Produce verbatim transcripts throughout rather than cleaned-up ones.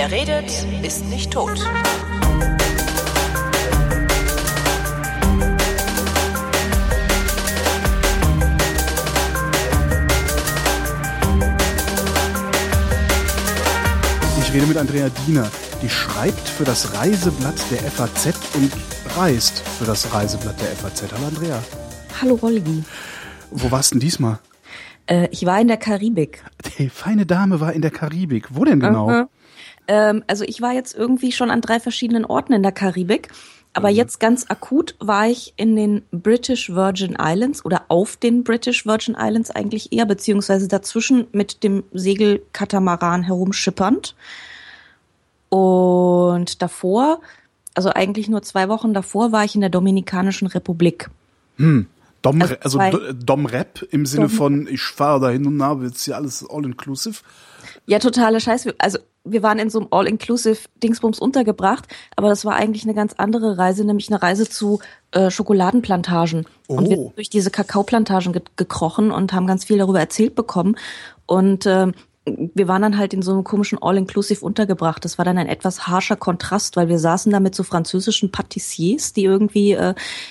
Wer redet, ist nicht tot. Ich rede mit Andrea Diener. Die schreibt für das Reiseblatt der F A Z und reist für das Reiseblatt der F A Z. Hallo Andrea. Hallo Rolli. Wo warst du denn diesmal? Äh, ich war in der Karibik. Die feine Dame war in der Karibik. Wo denn genau? Mhm. Ähm, also ich war jetzt irgendwie schon an drei verschiedenen Orten in der Karibik. Aber mhm. jetzt ganz akut war ich in den British Virgin Islands oder auf den British Virgin Islands eigentlich eher, beziehungsweise dazwischen mit dem Segelkatamaran herumschippernd. Und davor, also eigentlich nur zwei Wochen davor, war ich in der Dominikanischen Republik. Hm. Dom, also also bei, Dom-Rep im Sinne Dom, von, ich fahre dahin und habe jetzt hier alles all-inclusive? Ja, totale Scheiß. Also wir waren in so einem All-Inclusive-Dingsbums untergebracht, aber das war eigentlich eine ganz andere Reise, nämlich eine Reise zu äh, Schokoladenplantagen. Oh. Und wir sind durch diese Kakaoplantagen ge- gekrochen und haben ganz viel darüber erzählt bekommen. Und äh, wir waren dann halt in so einem komischen All-Inclusive untergebracht. Das war dann ein etwas harscher Kontrast, weil wir saßen da mit so französischen Patissiers, die irgendwie äh,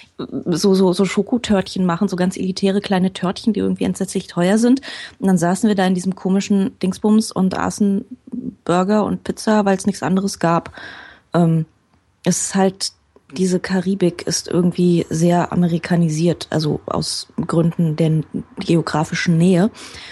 so so so Schokotörtchen machen, so ganz elitäre kleine Törtchen, die irgendwie entsetzlich teuer sind. Und dann saßen wir da in diesem komischen Dingsbums und aßen Burger und Pizza, weil es nichts anderes gab. Ähm, es ist halt, diese Karibik ist irgendwie sehr amerikanisiert, also aus Gründen der geografischen Nähe.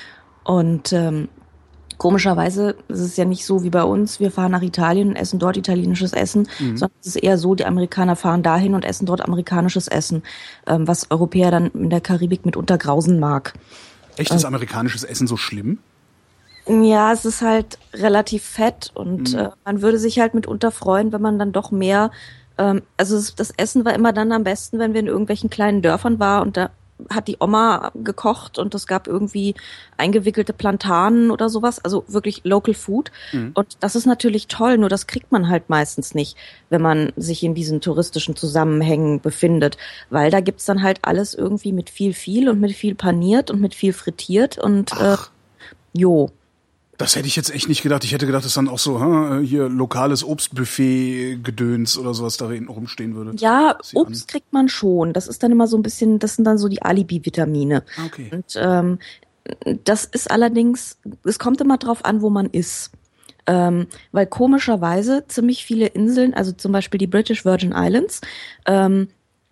Und ähm, komischerweise ist es ja nicht so wie bei uns, wir fahren nach Italien und essen dort italienisches Essen, mhm. sondern es ist eher so, die Amerikaner fahren dahin und essen dort amerikanisches Essen, ähm, was Europäer dann in der Karibik mitunter grausen mag. Echt, ist ähm, amerikanisches Essen so schlimm? Ja, es ist halt relativ fett und mhm. äh, man würde sich halt mitunter freuen, wenn man dann doch mehr, ähm, also es, das Essen war immer dann am besten, wenn wir in irgendwelchen kleinen Dörfern waren und da hat die Oma gekocht und es gab irgendwie eingewickelte Plantanen oder sowas, also wirklich Local Food. Mhm. Und das ist natürlich toll, nur das kriegt man halt meistens nicht, wenn man sich in diesen touristischen Zusammenhängen befindet, weil da gibt's dann halt alles irgendwie mit viel, viel und mit viel paniert und mit viel frittiert und äh, jo. Das hätte ich jetzt echt nicht gedacht. Ich hätte gedacht, dass dann auch so hm, hier lokales Obstbuffet-Gedöns oder sowas da rumstehen würde. Ja, Obst an. kriegt man schon. Das ist dann immer so ein bisschen, das sind dann so die Alibi-Vitamine. Okay. Und ähm, das ist allerdings, es kommt immer drauf an, wo man ist. Ähm, weil komischerweise ziemlich viele Inseln, also zum Beispiel die British Virgin Islands, ähm,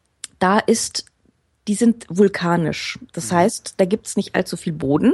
da ist, die sind vulkanisch. Das heißt, da gibt's nicht allzu viel Boden.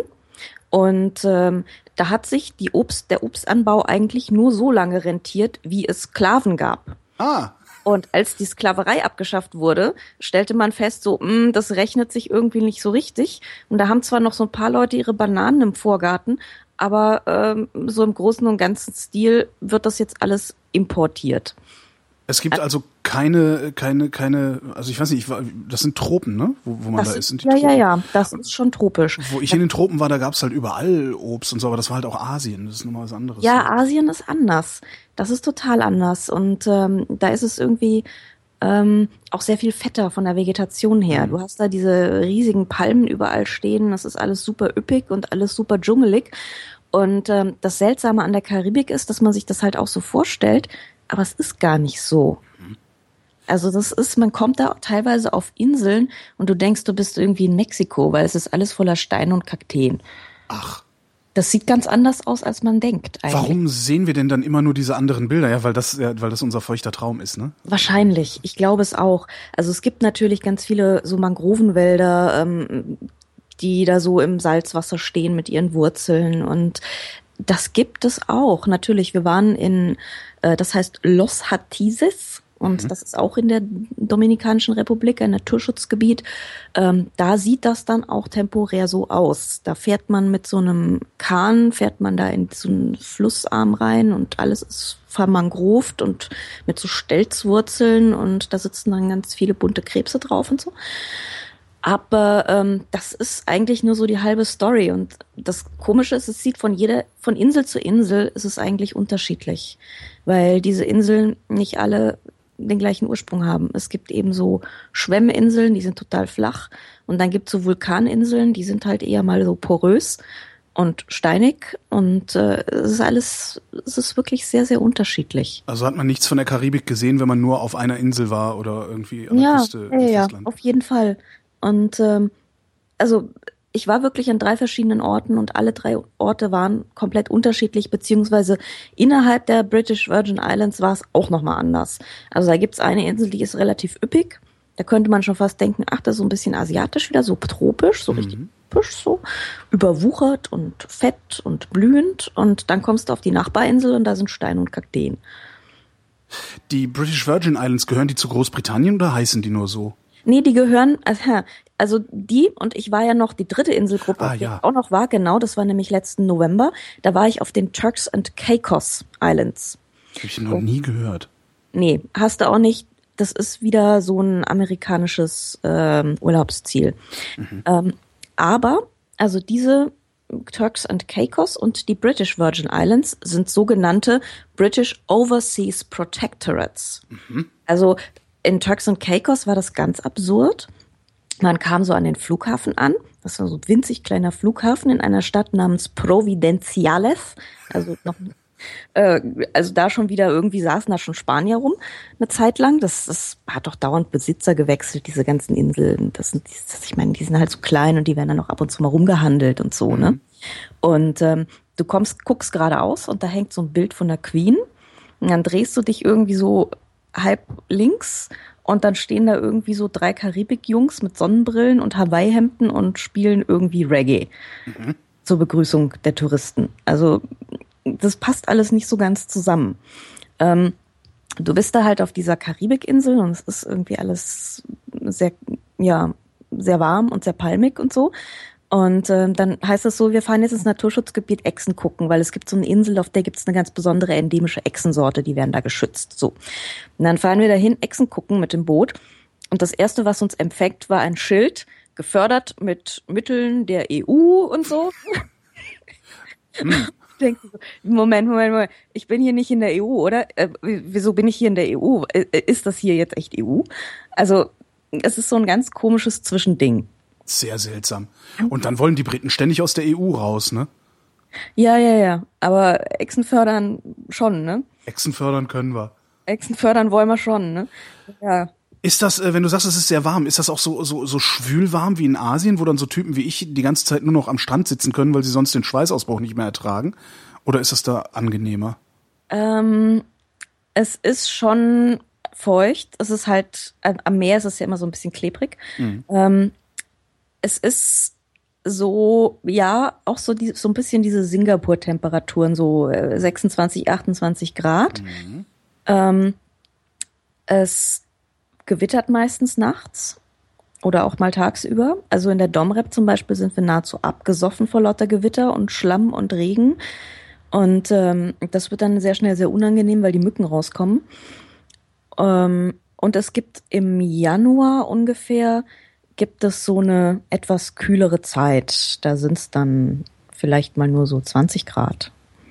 Und ähm, da hat sich die Obst, der Obstanbau eigentlich nur so lange rentiert, wie es Sklaven gab. Ah. Und als die Sklaverei abgeschafft wurde, stellte man fest, so, mh, das rechnet sich irgendwie nicht so richtig. Und da haben zwar noch so ein paar Leute ihre Bananen im Vorgarten, aber ähm, so im großen und ganzen Stil wird das jetzt alles importiert. Es gibt also keine, keine, keine, also ich weiß nicht, das sind Tropen, ne? Wo, wo man das da ist. Sind die ja, Tropen? ja, ja, das ist schon tropisch. Wo ich in den Tropen war, da gab's halt überall Obst und so, aber das war halt auch Asien, das ist nochmal was anderes. Ja, so. Asien ist anders. Das ist total anders. Und ähm, da ist es irgendwie ähm, auch sehr viel fetter von der Vegetation her. Mhm. Du hast da diese riesigen Palmen überall stehen, das ist alles super üppig und alles super dschungelig. Und ähm, das Seltsame an der Karibik ist, dass man sich das halt auch so vorstellt, aber es ist gar nicht so. Also das ist, man kommt da teilweise auf Inseln und du denkst, du bist irgendwie in Mexiko, weil es ist alles voller Steine und Kakteen. Ach. Das sieht ganz anders aus, als man denkt eigentlich. Warum sehen wir denn dann immer nur diese anderen Bilder? Ja, weil das, ja, weil das unser feuchter Traum ist, ne? Wahrscheinlich. Ich glaube es auch. Also es gibt natürlich ganz viele so Mangrovenwälder, ähm, die da so im Salzwasser stehen mit ihren Wurzeln und das gibt es auch. Natürlich, wir waren in, äh, das heißt Los Hatices. Und mhm. das ist auch in der Dominikanischen Republik, ein Naturschutzgebiet. Ähm, da sieht das dann auch temporär so aus. Da fährt man mit so einem Kahn, fährt man da in so einen Flussarm rein und alles ist vermangrovt und mit so Stelzwurzeln und da sitzen dann ganz viele bunte Krebse drauf und so. Aber ähm, das ist eigentlich nur so die halbe Story. Und das Komische ist, es sieht von jeder, von Insel zu Insel ist es eigentlich unterschiedlich. Weil diese Inseln nicht alle den gleichen Ursprung haben. Es gibt eben so Schwemminseln, die sind total flach. Und dann gibt es so Vulkaninseln, die sind halt eher mal so porös. und steinig und äh, es ist alles, es ist wirklich sehr, sehr unterschiedlich. Also hat man nichts von der Karibik gesehen, wenn man nur auf einer Insel war oder irgendwie an der Ja, Küste ja, im ja, Festland? auf jeden Fall. Und ähm, also ich war wirklich an drei verschiedenen Orten und alle drei Orte waren komplett unterschiedlich, beziehungsweise innerhalb der British Virgin Islands war es auch nochmal anders. Also da gibt's eine Insel, die ist relativ üppig. Da könnte man schon fast denken, ach, das ist so ein bisschen asiatisch wieder, so tropisch, so mhm. richtig tropisch, so überwuchert und fett und blühend. Und dann kommst du auf die Nachbarinsel und da sind Steine und Kakteen. Die British Virgin Islands, gehören die zu Großbritannien oder heißen die nur so? Nee, die gehören, also die, und ich war ja noch die dritte Inselgruppe, ah, auf der ja. ich auch noch war, genau, das war nämlich letzten November, da war ich auf den Turks and Caicos Islands. Habe ich noch oh. nie gehört. Nee, hast du auch nicht, das ist wieder so ein amerikanisches ähm, Urlaubsziel. Mhm. Ähm, aber, also diese Turks and Caicos und die British Virgin Islands sind sogenannte British Overseas Protectorates. Mhm. Also in Turks and Caicos war das ganz absurd. Man kam so an den Flughafen an. Das war so ein winzig kleiner Flughafen in einer Stadt namens Providenciales. Also noch, äh, also da schon wieder irgendwie saßen da schon Spanier rum eine Zeit lang. Das, das hat doch dauernd Besitzer gewechselt, diese ganzen Inseln. Das sind, das, ich meine, die sind halt so klein und die werden dann auch ab und zu mal rumgehandelt und so, mhm. ne? Und ähm, du kommst, guckst geradeaus und da hängt so ein Bild von der Queen. Und dann drehst du dich irgendwie so halb links und dann stehen da irgendwie so drei Karibik-Jungs mit Sonnenbrillen und Hawaii-Hemden und spielen irgendwie Reggae mhm. zur Begrüßung der Touristen. Also das passt alles nicht so ganz zusammen. Ähm, du bist da halt auf dieser Karibik-Insel und es ist irgendwie alles sehr, ja, sehr warm und sehr palmig und so. Und äh, dann heißt es so, wir fahren jetzt ins Naturschutzgebiet Echsen gucken, weil es gibt so eine Insel, auf der gibt es eine ganz besondere endemische Echsensorte, die werden da geschützt. So. Und dann fahren wir dahin, Echsen gucken mit dem Boot. Und das Erste, was uns empfängt, war ein Schild, gefördert mit Mitteln der E U und so. Hm. Ich denke so, Moment, Moment, Moment, ich bin hier nicht in der E U, oder? Äh, wieso bin ich hier in der E U? Äh, ist das hier jetzt echt E U? Also es ist so ein ganz komisches Zwischending. Sehr seltsam. Und dann wollen die Briten ständig aus der E U raus, ne? Ja, ja, ja. Aber Echsen fördern schon, ne? Echsen fördern können wir. Echsen fördern wollen wir schon, ne? Ja. Ist das, wenn du sagst, es ist sehr warm, ist das auch so, so, so schwül warm wie in Asien, wo dann so Typen wie ich die ganze Zeit nur noch am Strand sitzen können, weil sie sonst den Schweißausbruch nicht mehr ertragen? Oder ist das da angenehmer? Ähm, es ist schon feucht. Es ist halt, am Meer ist es ja immer so ein bisschen klebrig. Mhm. Ähm, Es ist so, ja, auch so, die, so ein bisschen diese Singapur-Temperaturen, so sechsundzwanzig, achtundzwanzig Grad. Mhm. Ähm, es gewittert meistens nachts oder auch mal tagsüber. Also in der Domrep zum Beispiel sind wir nahezu abgesoffen vor lauter Gewitter und Schlamm und Regen. Und ähm, das wird dann sehr schnell sehr unangenehm, weil die Mücken rauskommen. Ähm, und es gibt im Januar ungefähr gibt es so eine etwas kühlere Zeit. Da sind es dann vielleicht mal nur so zwanzig Grad.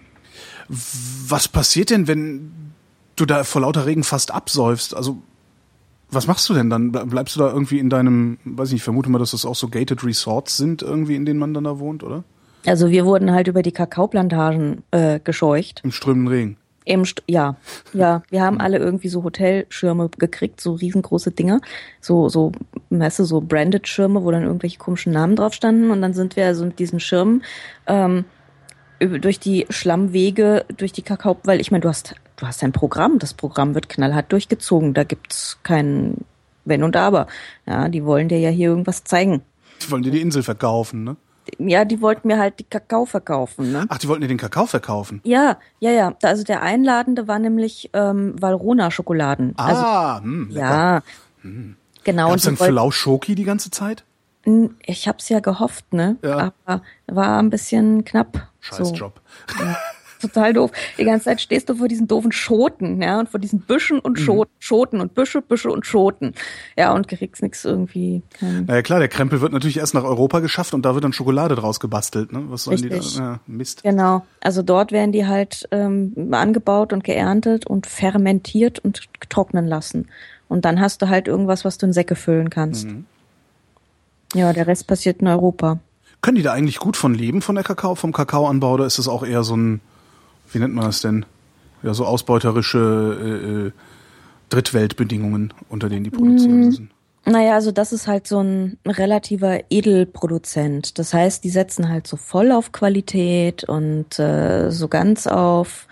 Was passiert denn, wenn du da vor lauter Regen fast absäufst? Also, was machst du denn dann? Bleibst du da irgendwie in deinem, weiß ich nicht, ich vermute mal, dass das auch so gated Resorts sind, irgendwie, in denen man dann da wohnt, oder? Also wir wurden halt über die Kakaoplantagen äh, gescheucht. Im strömenden Regen? Im St- ja, ja, wir haben alle irgendwie so Hotelschirme gekriegt, so riesengroße Dinger, so so, weißt du, so branded Schirme, wo dann irgendwelche komischen Namen drauf standen und dann sind wir also mit diesen Schirmen ähm, durch die Schlammwege, durch die Kakao, weil ich meine, du hast du hast ein Programm, das Programm wird knallhart durchgezogen, da gibt's kein Wenn und Aber. Ja, die wollen dir ja hier irgendwas zeigen. Die wollen dir die Insel verkaufen, ne? Ja, die wollten mir halt die Kakao verkaufen, ne? Ach, die wollten dir den Kakao verkaufen? Ja, ja, ja. Also der Einladende war nämlich ähm, Valrhona-Schokoladen. Ah, also, hm, lecker. Ja, hm. genau. Gab's dann Flau Schoki die ganze Zeit? Ich hab's ja gehofft, ne? Ja. Aber war ein bisschen knapp. Scheiß so. Job. Ja. Total doof. Die ganze Zeit stehst du vor diesen doofen Schoten, ja, und vor diesen Büschen und Schoten, mhm. Schoten und Büsche, Büsche und Schoten. Ja, und kriegst nix irgendwie. Kein naja, klar, der Krempel wird natürlich erst nach Europa geschafft und da wird dann Schokolade draus gebastelt, ne? Was sollen Richtig. die da? Ja, Mist. Genau. Also dort werden die halt ähm, angebaut und geerntet und fermentiert und trocknen lassen. Und dann hast du halt irgendwas, was du in Säcke füllen kannst. Mhm. Ja, der Rest passiert in Europa. Können die da eigentlich gut von leben, von der Kakao, vom Kakaoanbau, oder ist das auch eher so ein, wie nennt man das denn? Ja, so ausbeuterische äh, äh, Drittweltbedingungen, unter denen die produzieren müssen. Naja, also das ist halt so ein relativer Edelproduzent. Das heißt, die setzen halt so voll auf Qualität und äh, so ganz auf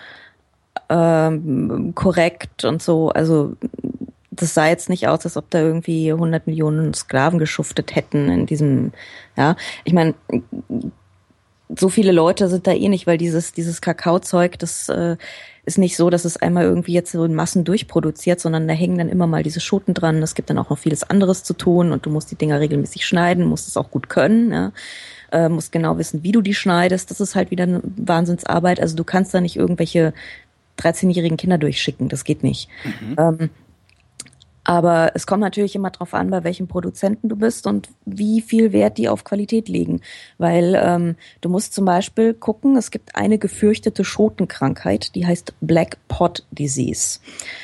ähm, korrekt und so. Also das sah jetzt nicht aus, als ob da irgendwie hundert Millionen Sklaven geschuftet hätten in diesem, ja. Ich meine, so viele Leute sind da eh nicht, weil dieses dieses Kakaozeug, das äh, ist nicht so, dass es einmal irgendwie jetzt so in Massen durchproduziert, sondern da hängen dann immer mal diese Schoten dran. Es gibt dann auch noch vieles anderes zu tun und du musst die Dinger regelmäßig schneiden, musst es auch gut können, ja. Äh, musst genau wissen, wie du die schneidest. Das ist halt wieder eine Wahnsinnsarbeit. Also du kannst da nicht irgendwelche dreizehnjährigen Kinder durchschicken, das geht nicht. Mhm. Ähm, Aber es kommt natürlich immer drauf an, bei welchem Produzenten du bist und wie viel Wert die auf Qualität legen. Weil ähm, du musst zum Beispiel gucken, es gibt eine gefürchtete Schotenkrankheit, die heißt Black Pot Disease.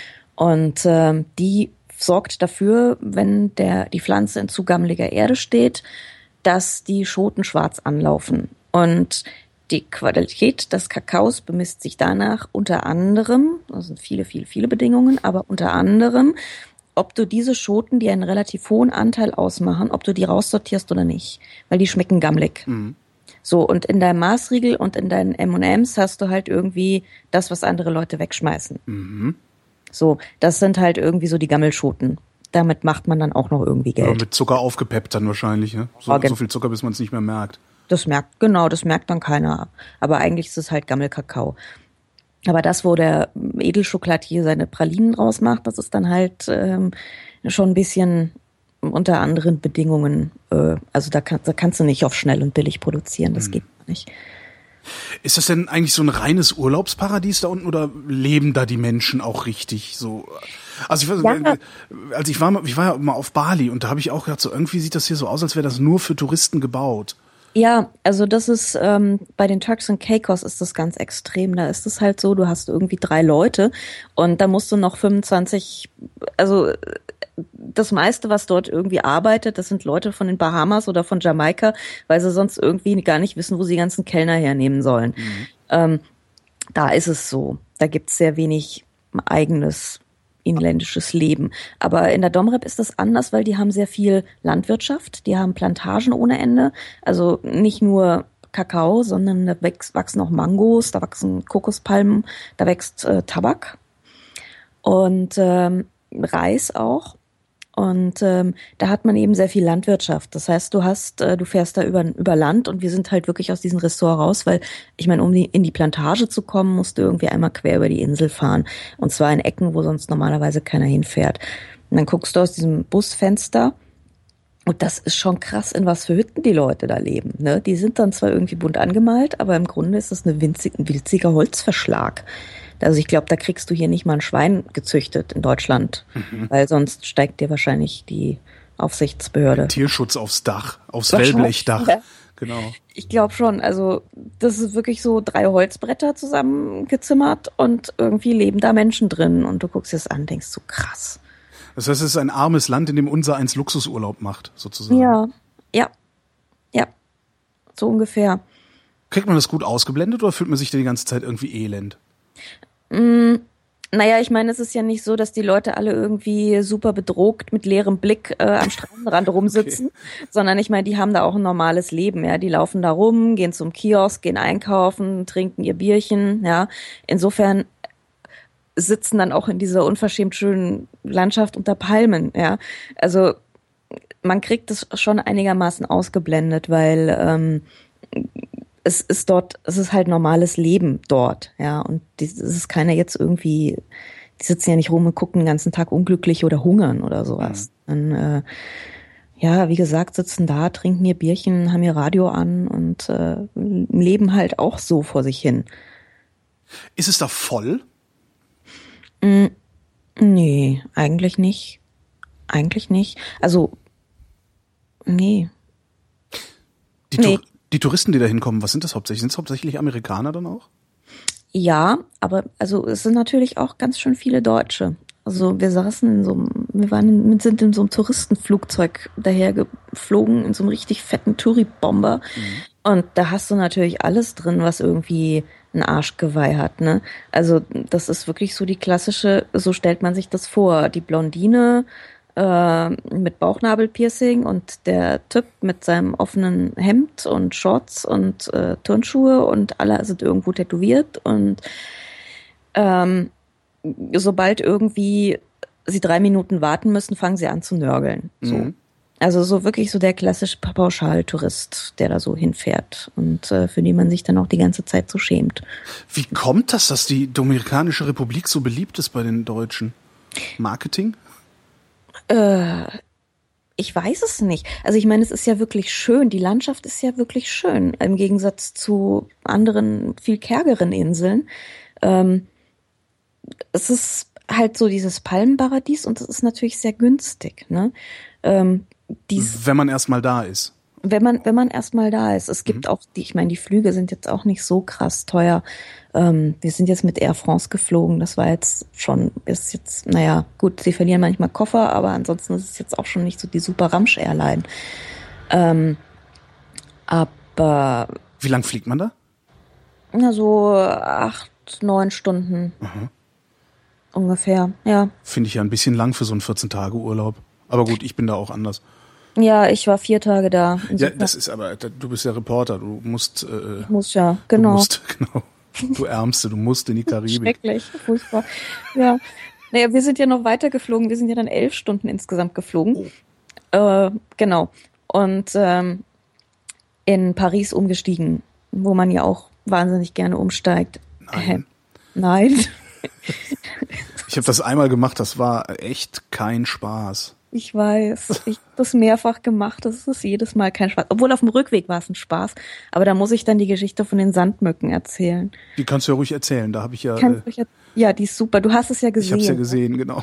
Und ähm, die sorgt dafür, wenn der die Pflanze in zu gammeliger Erde steht, dass die Schoten schwarz anlaufen. Und die Qualität des Kakaos bemisst sich danach unter anderem, das sind viele, viele, viele Bedingungen, aber unter anderem, ob du diese Schoten, die einen relativ hohen Anteil ausmachen, ob du die raussortierst oder nicht. Weil die schmecken gammelig. Mhm. So, und in deinem Maßriegel und in deinen M und M's hast du halt irgendwie das, was andere Leute wegschmeißen. Mhm. So, das sind halt irgendwie so die Gammelschoten. Damit macht man dann auch noch irgendwie Geld. Ja, mit Zucker aufgepeppt dann wahrscheinlich, ne? So, okay. So viel Zucker, bis man es nicht mehr merkt. Das merkt, genau, das merkt dann keiner. Aber eigentlich ist es halt Gammelkakao. Aber das, wo der Edelchocolatier seine Pralinen draus macht, das ist dann halt ähm, schon ein bisschen unter anderen Bedingungen. Äh, also da, kann, da kannst du nicht auf schnell und billig produzieren, das hm. geht nicht. Ist das denn eigentlich so ein reines Urlaubsparadies da unten oder leben da die Menschen auch richtig so? Also ich weiß, ja. als ich war, ich war ja mal auf Bali und da habe ich auch gedacht, so irgendwie sieht das hier so aus, als wäre das nur für Touristen gebaut. Ja, also das ist, ähm, bei den Turks and Caicos ist das ganz extrem. Da ist es halt so, du hast irgendwie drei Leute und da musst du noch fünfundzwanzig, also das meiste, was dort irgendwie arbeitet, das sind Leute von den Bahamas oder von Jamaika, weil sie sonst irgendwie gar nicht wissen, wo sie die ganzen Kellner hernehmen sollen. Mhm. Ähm, da ist es so. Da gibt's sehr wenig eigenes inländisches Leben. Aber in der Domrep ist das anders, weil die haben sehr viel Landwirtschaft, die haben Plantagen ohne Ende, also nicht nur Kakao, sondern da wächst, wachsen auch Mangos, da wachsen Kokospalmen, da wächst äh, Tabak und ähm, Reis auch. Und ähm, da hat man eben sehr viel Landwirtschaft. Das heißt, du hast, äh, du fährst da über über Land und wir sind halt wirklich aus diesem Ressort raus, weil ich meine, um die, in die Plantage zu kommen, musst du irgendwie einmal quer über die Insel fahren. Und zwar in Ecken, wo sonst normalerweise keiner hinfährt. Und dann guckst du aus diesem Busfenster und das ist schon krass, in was für Hütten die Leute da leben. Ne? Die sind dann zwar irgendwie bunt angemalt, aber im Grunde ist das eine winzig, ein winziger Holzverschlag. Also ich glaube, da kriegst du hier nicht mal ein Schwein gezüchtet in Deutschland, mhm. weil sonst steigt dir wahrscheinlich die Aufsichtsbehörde. Tierschutz aufs Dach, aufs Wellblechdach. Ja. Genau. Ich glaube schon. Also das ist wirklich so drei Holzbretter zusammengezimmert und irgendwie leben da Menschen drin und du guckst dir das an und denkst so krass. Das heißt, es ist ein armes Land, in dem unser eins Luxusurlaub macht, sozusagen. Ja, ja, ja, so ungefähr. Kriegt man das gut ausgeblendet oder fühlt man sich da die ganze Zeit irgendwie elend? Mm, naja, ich meine, es ist ja nicht so, dass die Leute alle irgendwie super bedroht mit leerem Blick äh, am Straßenrand rumsitzen, okay. sondern ich meine, die haben da auch ein normales Leben, ja, die laufen da rum, gehen zum Kiosk, gehen einkaufen, trinken ihr Bierchen, ja, insofern sitzen dann auch in dieser unverschämt schönen Landschaft unter Palmen, ja, also man kriegt es schon einigermaßen ausgeblendet, weil ähm, es ist dort, es ist halt normales Leben dort, ja, und es ist keiner jetzt irgendwie, die sitzen ja nicht rum und gucken den ganzen Tag unglücklich oder hungern oder sowas. Mhm. Dann, äh, ja, wie gesagt, sitzen da, trinken ihr Bierchen, haben ihr Radio an und äh, leben halt auch so vor sich hin. Ist es da voll? Mm, nee, eigentlich nicht. Eigentlich nicht. Also, nee. Die nee. Die Touristen, die da hinkommen, was sind das hauptsächlich? Sind es hauptsächlich Amerikaner dann auch? Ja, aber also es sind natürlich auch ganz schön viele Deutsche. Also wir saßen in so einem, wir waren, in, sind in so einem Touristenflugzeug daher geflogen in so einem richtig fetten Touri-Bomber. Mhm. Und da hast du natürlich alles drin, was irgendwie ein Arschgeweih hat, ne? Also das ist wirklich so die klassische, so stellt man sich das vor. Die Blondine äh, mit Bauchnabelpiercing und der Typ mit seinem offenen Hemd und Shorts und äh, Turnschuhe und alle sind irgendwo tätowiert und ähm, sobald irgendwie sie drei Minuten warten müssen, fangen sie an zu nörgeln. So. Mhm. Also so wirklich so der klassische Pauschaltourist, der da so hinfährt und äh, für den man sich dann auch die ganze Zeit so schämt. Wie kommt das, dass die Dominikanische Republik so beliebt ist bei den Deutschen? Marketing? Äh, ich weiß es nicht. Also ich meine, es ist ja wirklich schön. Die Landschaft ist ja wirklich schön im Gegensatz zu anderen, viel kärgeren Inseln. Ähm, es ist halt so dieses Palmenparadies und es ist natürlich sehr günstig, ne? Ähm, dies, wenn man erstmal da ist. Wenn man, wenn man erstmal da ist. Es gibt mhm. auch, die, ich meine, die Flüge sind jetzt auch nicht so krass teuer. Ähm, wir sind jetzt mit Air France geflogen. Das war jetzt schon, ist jetzt, naja, gut, sie verlieren manchmal Koffer, aber ansonsten ist es jetzt auch schon nicht so die super Ramsch-Airline. Ähm, aber. Wie lang fliegt man da? Na, so acht, neun Stunden. Mhm. Ungefähr, ja. Finde ich ja ein bisschen lang für so einen vierzehn-Tage-Urlaub. Aber gut, ich bin da auch anders. Ja, ich war vier Tage da. Ja, das ist aber, du bist ja Reporter, du musst... Äh, ich muss ja, genau. Du musst, genau. Du Ärmste, du musst in die Karibik. Schrecklich, furchtbar. Ja, naja, wir sind ja noch weiter geflogen. Wir sind ja dann elf Stunden insgesamt geflogen. Oh. Äh, genau. Und ähm, in Paris umgestiegen, wo man ja auch wahnsinnig gerne umsteigt. Nein. Äh, nein. Ich habe das einmal gemacht, das war echt kein Spaß. Ich weiß, ich habe das mehrfach gemacht, das ist jedes Mal kein Spaß. Obwohl auf dem Rückweg war es ein Spaß, aber da muss ich dann die Geschichte von den Sandmücken erzählen. Die kannst du ja ruhig erzählen, da habe ich ja... Äh, ja, ja, die ist super, du hast es ja gesehen. Ich habe es ja gesehen, genau.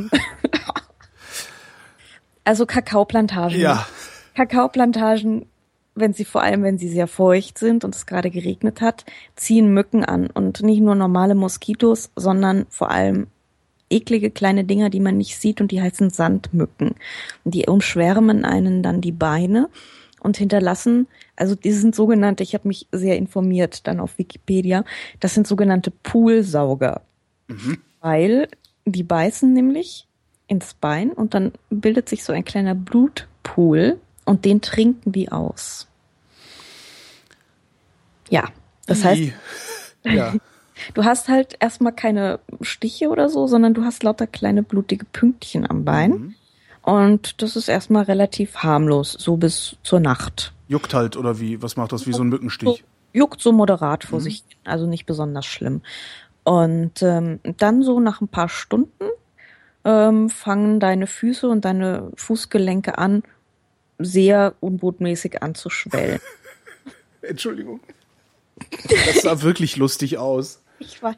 Also Kakaoplantagen. Ja. Kakaoplantagen, wenn sie vor allem, wenn sie sehr feucht sind und es gerade geregnet hat, ziehen Mücken an und nicht nur normale Moskitos, sondern vor allem eklige kleine Dinger, die man nicht sieht und die heißen Sandmücken. Und die umschwärmen einen dann die Beine und hinterlassen, also die sind sogenannte, ich habe mich sehr informiert dann auf Wikipedia, das sind sogenannte Poolsauger. Mhm. Weil die beißen nämlich ins Bein und dann bildet sich so ein kleiner Blutpool und den trinken die aus. Ja, das heißt... Ja. Du hast halt erstmal keine Stiche oder so, sondern du hast lauter kleine blutige Pünktchen am Bein. Mhm. Und das ist erstmal relativ harmlos, so bis zur Nacht. Juckt halt, oder wie? Was macht das? Wie so ein Mückenstich? Juckt so moderat vor mhm. sich hin, also nicht besonders schlimm. Und ähm, dann so nach ein paar Stunden ähm, fangen deine Füße und deine Fußgelenke an, sehr unbotmäßig anzuschwellen. Entschuldigung. Das sah wirklich lustig aus. Ich weiß.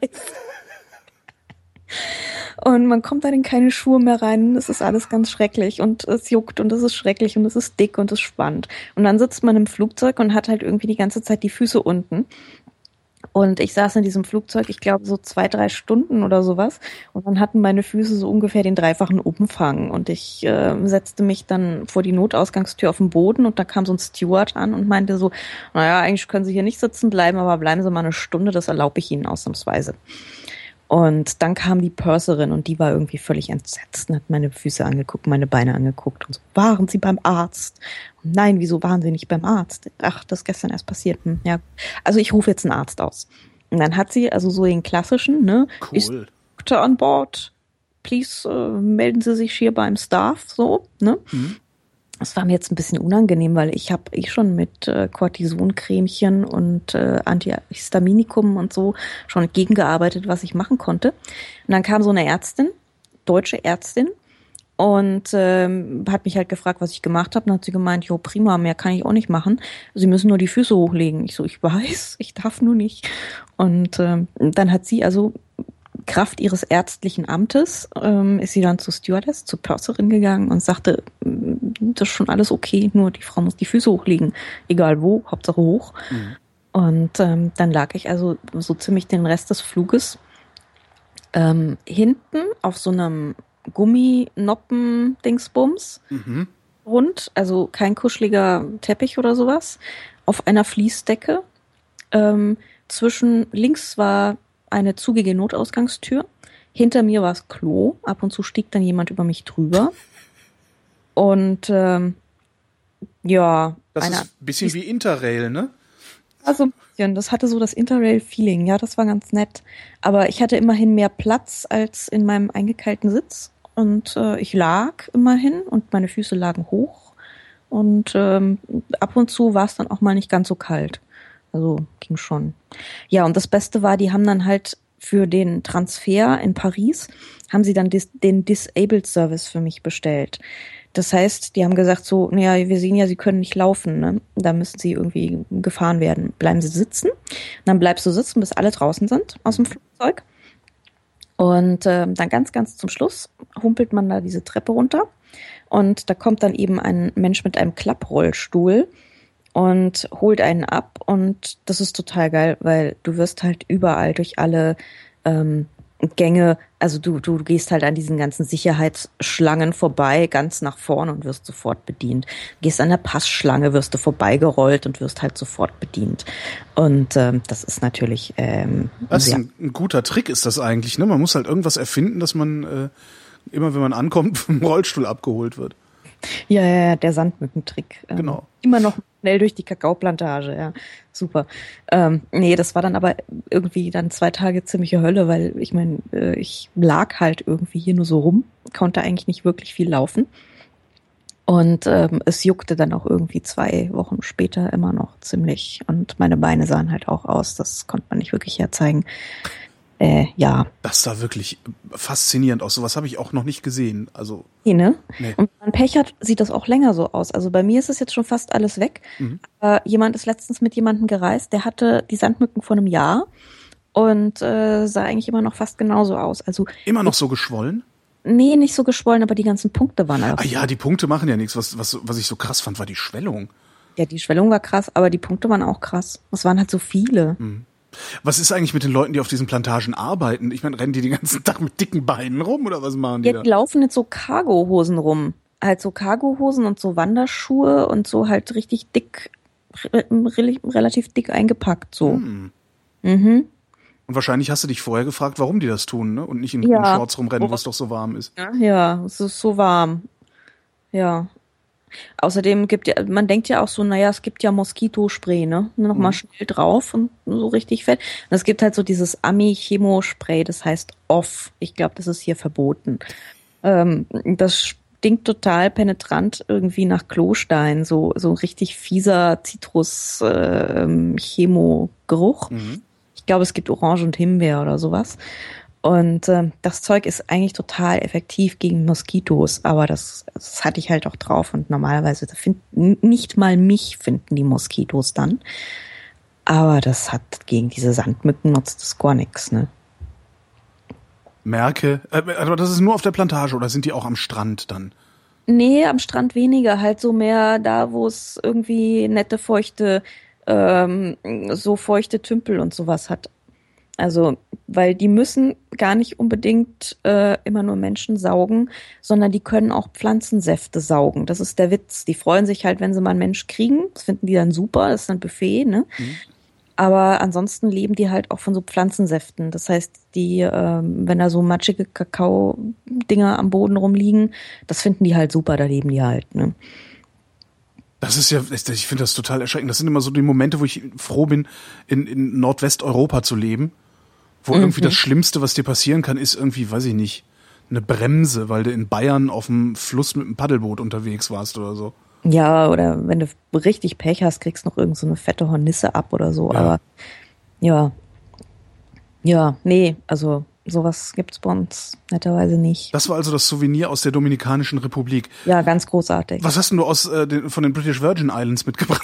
Und man kommt dann in keine Schuhe mehr rein. Es ist alles ganz schrecklich und es juckt und es ist schrecklich und es ist dick und es spannt. Und dann sitzt man im Flugzeug und hat halt irgendwie die ganze Zeit die Füße unten. Und ich saß in diesem Flugzeug, ich glaube so zwei, drei Stunden oder sowas. Und dann hatten meine Füße so ungefähr den dreifachen Umfang. Und ich äh, setzte mich dann vor die Notausgangstür auf den Boden und da kam so ein Steward an und meinte so, naja, eigentlich können Sie hier nicht sitzen bleiben, aber bleiben Sie mal eine Stunde, das erlaube ich Ihnen ausnahmsweise. Und dann kam die Purserin und die war irgendwie völlig entsetzt und hat meine Füße angeguckt, meine Beine angeguckt und so, waren Sie beim Arzt? Und nein, wieso waren Sie nicht beim Arzt? Ach, das ist gestern erst passiert. Hm, ja, also ich rufe jetzt einen Arzt aus. Und dann hat sie also so den klassischen, ne? Cool. Ist Doktor an Bord? Please äh, melden Sie sich hier beim Staff, so, ne? Mhm. Das war mir jetzt ein bisschen unangenehm, weil ich habe eh schon mit äh, Cortisoncremchen und äh, Antihistaminikum und so schon gegengearbeitet, was ich machen konnte. Und dann kam so eine Ärztin, deutsche Ärztin, und ähm, hat mich halt gefragt, was ich gemacht habe. Dann hat sie gemeint, jo, prima, mehr kann ich auch nicht machen. Sie müssen nur die Füße hochlegen. Ich so, ich weiß, ich darf nur nicht. Und ähm, dann hat sie also Kraft ihres ärztlichen Amtes ähm, ist sie dann zur Stewardess, zur Purserin gegangen und sagte, das ist schon alles okay, nur die Frau muss die Füße hochlegen, egal wo, Hauptsache hoch. Mhm. Und ähm, dann lag ich also so ziemlich den Rest des Fluges ähm, hinten auf so einem Gumminoppen-Dingsbums. Mhm. rund, also kein kuscheliger Teppich oder sowas, auf einer Fließdecke. Ähm, zwischen links war eine zugige Notausgangstür. Hinter mir war das Klo. Ab und zu stieg dann jemand über mich drüber. Und ähm, ja. Das eine, ist ein bisschen wie Interrail, ne? Also ein bisschen. Das hatte so das Interrail-Feeling. Ja, das war ganz nett. Aber ich hatte immerhin mehr Platz als in meinem eingekeilten Sitz. Und äh, ich lag immerhin und meine Füße lagen hoch. Und ähm, ab und zu war es dann auch mal nicht ganz so kalt. Also ging schon. Ja, und das Beste war, die haben dann halt für den Transfer in Paris, haben sie dann dis- den Disabled Service für mich bestellt. Das heißt, die haben gesagt so, naja, wir sehen ja, Sie können nicht laufen, ne? Da müssen Sie irgendwie gefahren werden. Bleiben Sie sitzen. Und dann bleibst du sitzen, bis alle draußen sind aus dem Flugzeug. Und äh, dann ganz, ganz zum Schluss humpelt man da diese Treppe runter. Und da kommt dann eben ein Mensch mit einem Klapprollstuhl und holt einen ab. Und das ist total geil, weil du wirst halt überall durch alle ähm, Gänge, also du, du gehst halt an diesen ganzen Sicherheitsschlangen vorbei, ganz nach vorne und wirst sofort bedient. Gehst an der Passschlange, wirst du vorbeigerollt und wirst halt sofort bedient. Und ähm, das ist natürlich ähm, Das ist ein, ein guter Trick, ist das eigentlich, ne? Man muss halt irgendwas erfinden, dass man äh, immer, wenn man ankommt, vom Rollstuhl abgeholt wird. Ja, ja, ja, der Sandmückentrick. Ähm, Genau. Immer noch schnell durch die Kakaoplantage, ja, super. Ähm, nee, das war dann aber irgendwie dann zwei Tage ziemliche Hölle, weil ich meine, äh, ich lag halt irgendwie hier nur so rum, konnte eigentlich nicht wirklich viel laufen. Und ähm, es juckte dann auch irgendwie zwei Wochen später immer noch ziemlich. Und meine Beine sahen halt auch aus, das konnte man nicht wirklich herzeigen. Äh, ja. Das sah wirklich faszinierend aus. Sowas habe ich auch noch nicht gesehen. Also Nee, ne? Nee. Und wenn man Pech hat, sieht das auch länger so aus. Also bei mir ist es jetzt schon fast alles weg. Mhm. Aber jemand ist letztens mit jemandem gereist, der hatte die Sandmücken vor einem Jahr und äh, sah eigentlich immer noch fast genauso aus. Also immer noch so geschwollen? nee, nicht so geschwollen, aber die ganzen Punkte waren Ah einfach. ja, die Punkte machen ja nichts. Was, was, was ich so krass fand, war die Schwellung. Ja, die Schwellung war krass, aber die Punkte waren auch krass. Es waren halt so viele. Mhm. Was ist eigentlich mit den Leuten, die auf diesen Plantagen arbeiten? Ich meine, rennen die den ganzen Tag mit dicken Beinen rum oder was machen die Ja, da? die laufen jetzt so Cargohosen rum. Halt so Cargohosen und so Wanderschuhe und so halt richtig dick, re relativ dick eingepackt so. Hm. Mhm. Und wahrscheinlich hast du dich vorher gefragt, warum die das tun, ne? Und nicht in, Ja. in Shorts rumrennen, wo es doch so warm ist. Ja, ja, es ist so warm. Ja. Außerdem gibt ja, man denkt ja auch so, naja, es gibt ja Moskitospray, ne? Nochmal Mhm. schnell drauf und so richtig fett. Und es gibt halt so dieses Ami-Chemospray, das heißt Off. Ich glaube, das ist hier verboten. Ähm, das stinkt total penetrant irgendwie nach Klostein, so, so richtig fieser Zitrus-Chemo-Geruch. Mhm. Ich glaube, es gibt Orange und Himbeer oder sowas. Und ähm, das Zeug ist eigentlich total effektiv gegen Moskitos, aber das, das hatte ich halt auch drauf. Und normalerweise find, nicht mal mich finden die Moskitos dann. Aber das hat gegen diese Sandmücken nutzt das gar nichts, ne? Merke, äh, aber das ist nur auf der Plantage oder sind die auch am Strand dann? Nee, am Strand weniger, halt so mehr da, wo es irgendwie nette, feuchte, ähm, so feuchte Tümpel und sowas hat. Also, weil die müssen gar nicht unbedingt äh, immer nur Menschen saugen, sondern die können auch Pflanzensäfte saugen. Das ist der Witz. Die freuen sich halt, wenn sie mal einen Mensch kriegen. Das finden die dann super, das ist ein Buffet, ne? Mhm. Aber ansonsten leben die halt auch von so Pflanzensäften. Das heißt, die, ähm, wenn da so matschige Kakao-Dinger am Boden rumliegen, das finden die halt super, da leben die halt, ne? Das ist ja, ich finde das total erschreckend. Das sind immer so die Momente, wo ich froh bin, in, in Nordwesteuropa zu leben. Wo Mhm. irgendwie das Schlimmste, was dir passieren kann, ist irgendwie, weiß ich nicht, eine Bremse, weil du in Bayern auf dem Fluss mit einem Paddelboot unterwegs warst oder so. Ja, oder wenn du richtig Pech hast, kriegst noch irgend so eine fette Hornisse ab oder so. Ja. Aber ja, ja, nee, also sowas gibt's bei uns netterweise nicht. Das war also das Souvenir aus der Dominikanischen Republik. Ja, ganz großartig. Was hast denn du aus, äh, den, von den British Virgin Islands mitgebracht?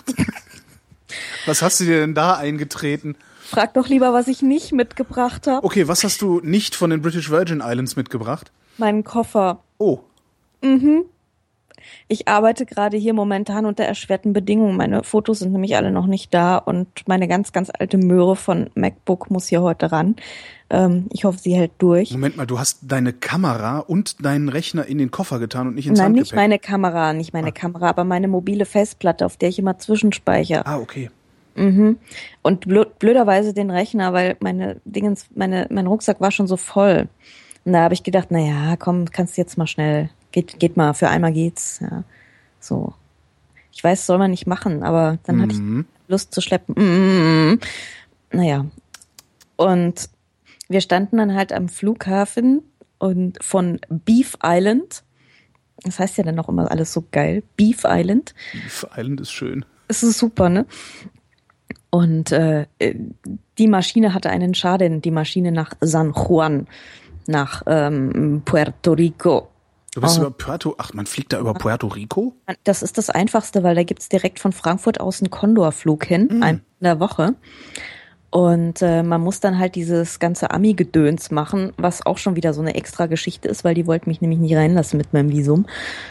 Was hast du dir denn da eingetreten? Frag doch lieber, was ich nicht mitgebracht habe. Okay, was hast du nicht von den British Virgin Islands mitgebracht? Meinen Koffer. Oh, Ich arbeite gerade hier momentan unter erschwerten Bedingungen. Meine Fotos sind nämlich alle noch nicht da und meine ganz, ganz alte Möhre von MacBook muss hier heute ran. Ähm, ich hoffe, sie hält durch. Moment mal, du hast deine Kamera und deinen Rechner in den Koffer getan und nicht ins Nein, Handgepäck? nicht meine Kamera, nicht meine ah. Kamera, aber meine mobile Festplatte, auf der ich immer zwischenspeichere. Ah, okay. Mhm. Und blöderweise den Rechner, weil meine Dingens, meine, mein Rucksack war schon so voll. Und da habe ich gedacht, na ja, komm, kannst jetzt mal schnell, geht, geht mal, für einmal geht's, ja. So. Ich weiß, soll man nicht machen, aber dann mhm. hatte ich Lust zu schleppen. Mhm. Naja. Und wir standen dann halt am Flughafen und von Beef Island. Das heißt ja dann auch immer alles so geil. Beef Island. Beef Island ist schön. Es ist super, ne? Und äh, die Maschine hatte einen Schaden, die Maschine nach San Juan, nach ähm, Puerto Rico. Du bist oh. über Puerto, ach, man fliegt da über Puerto Rico? Das ist das Einfachste, weil da gibt's direkt von Frankfurt aus einen Condor-Flug hin, mm. einmal in der Woche. Und äh, man muss dann halt dieses ganze Ami-Gedöns machen, was auch schon wieder so eine extra Geschichte ist, weil die wollten mich nämlich nicht reinlassen mit meinem Visum.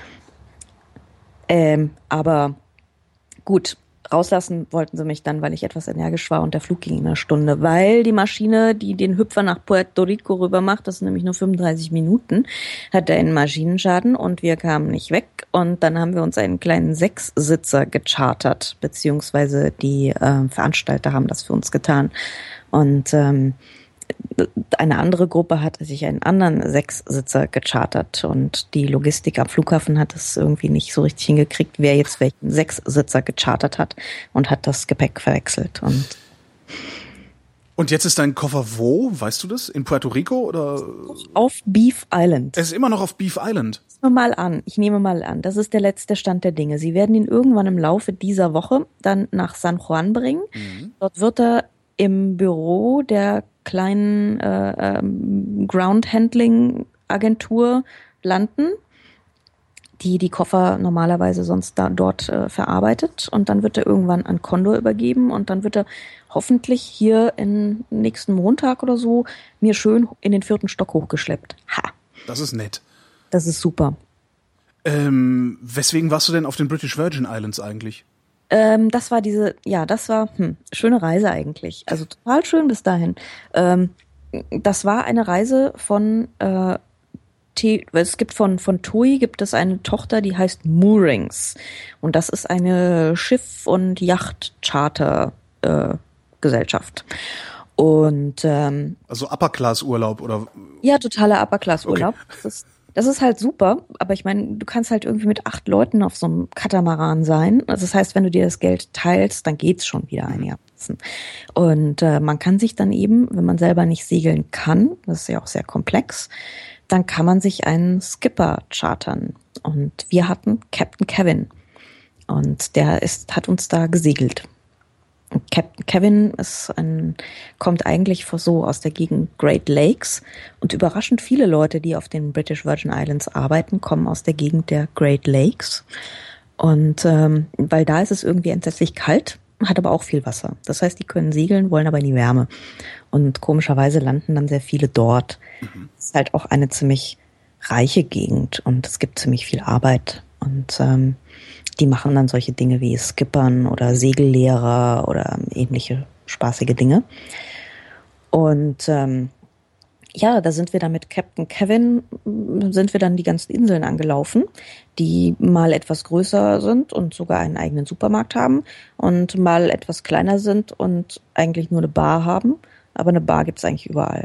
Ähm, aber gut, rauslassen wollten sie mich dann, weil ich etwas energisch war und der Flug ging in einer Stunde, weil die Maschine, die den Hüpfer nach Puerto Rico rüber macht, das sind nämlich nur fünfunddreißig Minuten, hatte einen Maschinenschaden und wir kamen nicht weg und dann haben wir uns einen kleinen Sechssitzer gechartert, beziehungsweise die äh, Veranstalter haben das für uns getan und ähm, eine andere Gruppe hat sich einen anderen Sechssitzer gechartert und die Logistik am Flughafen hat es irgendwie nicht so richtig hingekriegt, wer jetzt welchen Sechssitzer gechartert hat und hat das Gepäck verwechselt. Und Und jetzt ist dein Koffer wo? Weißt du das? In Puerto Rico oder? Auf Beef Island. Es ist immer noch auf Beef Island. Ich nehme mal an, ich nehme mal an, das ist der letzte Stand der Dinge. Sie werden ihn irgendwann im Laufe dieser Woche dann nach San Juan bringen. Mhm. Dort wird er im Büro der kleinen äh, ähm, Ground-Handling-Agentur landen, die die Koffer normalerweise sonst da dort äh, verarbeitet. Und dann wird er irgendwann an Condor übergeben und dann wird er hoffentlich hier in nächsten Montag oder so mir schön in den vierten Stock hochgeschleppt. Ha! Das ist nett. Das ist super. Ähm, weswegen warst du denn auf den British Virgin Islands eigentlich? Ähm, das war diese, ja, das war hm, schöne Reise eigentlich. Also total schön bis dahin. Ähm, das war eine Reise von, äh, T- es gibt von von T U I gibt es eine Tochter, die heißt Moorings und das ist eine Schiff- und Yacht-Charter-Gesellschaft. Äh, und ähm, also Upper-Class-Urlaub oder? Ja, totaler Upper-Class-Urlaub. Okay. Das ist, Das ist halt super, aber ich meine, du kannst halt irgendwie mit acht Leuten auf so einem Katamaran sein. Also das heißt, wenn du dir das Geld teilst, dann geht's schon wieder einigermaßen. Und äh, man kann sich dann eben, wenn man selber nicht segeln kann, das ist ja auch sehr komplex, dann kann man sich einen Skipper chartern. Und wir hatten Captain Kevin. Und der ist, hat uns da gesegelt. Captain Kevin ist ein, kommt eigentlich so aus der Gegend Great Lakes und überraschend viele Leute, die auf den British Virgin Islands arbeiten, kommen aus der Gegend der Great Lakes und ähm, weil da ist es irgendwie entsetzlich kalt, hat aber auch viel Wasser. Das heißt, die können segeln, wollen aber in die Wärme und komischerweise landen dann sehr viele dort. Mhm. Es ist halt auch eine ziemlich reiche Gegend und es gibt ziemlich viel Arbeit und ähm, die machen dann solche Dinge wie Skippern oder Segellehrer oder ähnliche spaßige Dinge. Und ähm, ja, da sind wir dann mit Captain Kevin, sind wir dann die ganzen Inseln angelaufen, die mal etwas größer sind und sogar einen eigenen Supermarkt haben und mal etwas kleiner sind und eigentlich nur eine Bar haben. Aber eine Bar gibt's eigentlich überall.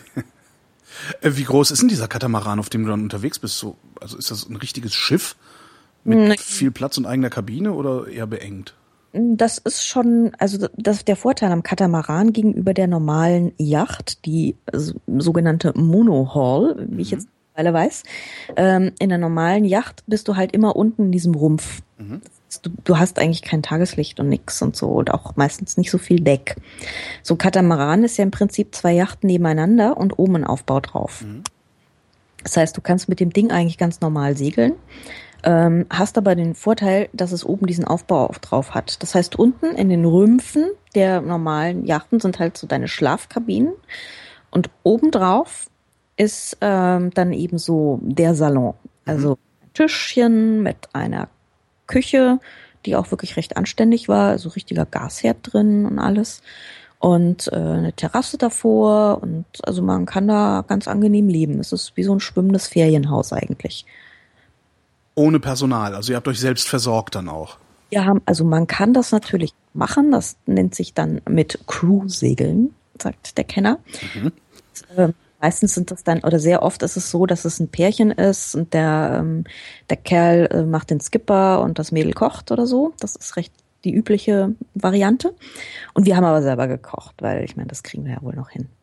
Wie groß ist denn dieser Katamaran, auf dem du dann unterwegs bist? So, also ist das ein richtiges Schiff? Mit Nein. viel Platz und eigener Kabine oder eher beengt? Das ist schon, also das der Vorteil am Katamaran gegenüber der normalen Yacht, die sogenannte Monohull, wie mhm. ich jetzt mittlerweile weiß. Ähm, in der normalen Yacht bist du halt immer unten in diesem Rumpf. Mhm. Du, du hast eigentlich kein Tageslicht und nix und so und auch meistens nicht so viel Deck. So ein Katamaran ist ja im Prinzip zwei Yachten nebeneinander und oben ein Aufbau drauf. Mhm. Das heißt, du kannst mit dem Ding eigentlich ganz normal segeln. Ähm, hast aber den Vorteil, dass es oben diesen Aufbau auf drauf hat. Das heißt, unten in den Rümpfen der normalen Yachten sind halt so deine Schlafkabinen und obendrauf ist ähm, dann eben so der Salon. Also Tischchen mit einer Küche, die auch wirklich recht anständig war, also richtiger Gasherd drin und alles. Und äh, eine Terrasse davor und also man kann da ganz angenehm leben. Es ist wie so ein schwimmendes Ferienhaus eigentlich. Ohne Personal, also ihr habt euch selbst versorgt dann auch. Wir haben, also man kann das natürlich machen, das nennt sich dann mit Crew-Segeln, sagt der Kenner. Mhm. Und, äh, meistens sind das dann, oder sehr oft ist es so, dass es ein Pärchen ist und der, ähm, der Kerl äh, macht den Skipper und das Mädel kocht oder so. Das ist recht die übliche Variante. Und wir haben aber selber gekocht, weil ich meine, das kriegen wir ja wohl noch hin.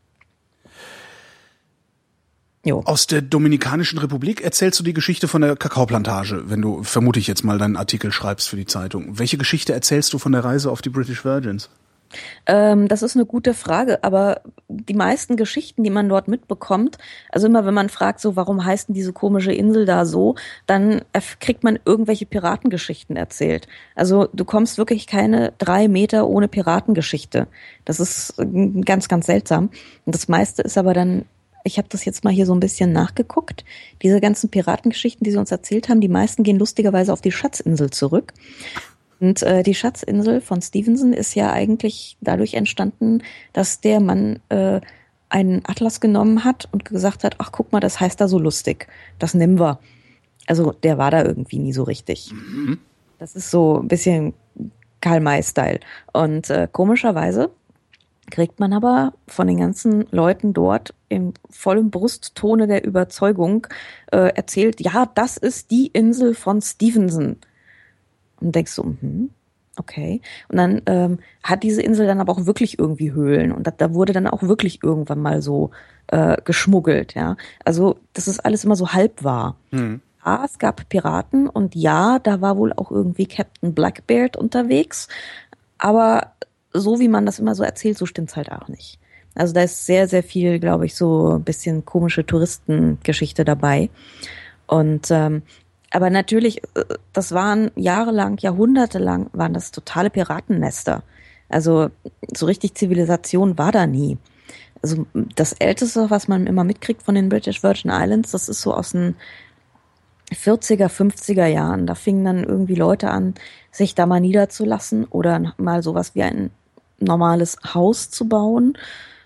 Jo. Aus der Dominikanischen Republik erzählst du die Geschichte von der Kakaoplantage, wenn du, vermute ich jetzt mal, deinen Artikel schreibst für die Zeitung. Welche Geschichte erzählst du von der Reise auf die British Virgins? Ähm, das ist eine gute Frage, aber die meisten Geschichten, die man dort mitbekommt, also immer wenn man fragt, so warum heißt denn diese komische Insel da so, dann kriegt man irgendwelche Piratengeschichten erzählt. Also du kommst wirklich keine drei Meter ohne Piratengeschichte. Das ist ganz, ganz seltsam. Und das meiste ist aber dann, ich habe das jetzt mal hier so ein bisschen nachgeguckt, diese ganzen Piratengeschichten, die sie uns erzählt haben, die meisten gehen lustigerweise auf die Schatzinsel zurück. Und äh, die Schatzinsel von Stevenson ist ja eigentlich dadurch entstanden, dass der Mann äh, einen Atlas genommen hat und gesagt hat, ach guck mal, das heißt da so lustig, das nehmen wir. Also der war da irgendwie nie so richtig. Mhm. Das ist so ein bisschen Karl-May-Style. Und äh, komischerweise kriegt man aber von den ganzen Leuten dort im vollen Brusttone der Überzeugung äh, erzählt, ja, das ist die Insel von Stevenson. Und denkst so, hm, okay. Und dann ähm, hat diese Insel dann aber auch wirklich irgendwie Höhlen. Und da, da wurde dann auch wirklich irgendwann mal so äh, geschmuggelt, ja. Also das ist alles immer so halb wahr. Mhm. Ja, es gab Piraten und ja, da war wohl auch irgendwie Captain Blackbeard unterwegs. Aber so wie man das immer so erzählt, so stimmt's halt auch nicht. Also da ist sehr, sehr viel, glaube ich, so ein bisschen komische Touristengeschichte dabei. Und ähm, aber natürlich, das waren jahrelang, jahrhundertelang, waren das totale Piratennester. Also so richtig Zivilisation war da nie. Also das Älteste, was man immer mitkriegt von den British Virgin Islands, das ist so aus den vierziger, fünfziger Jahren. Da fingen dann irgendwie Leute an, sich da mal niederzulassen oder mal sowas wie ein normales Haus zu bauen.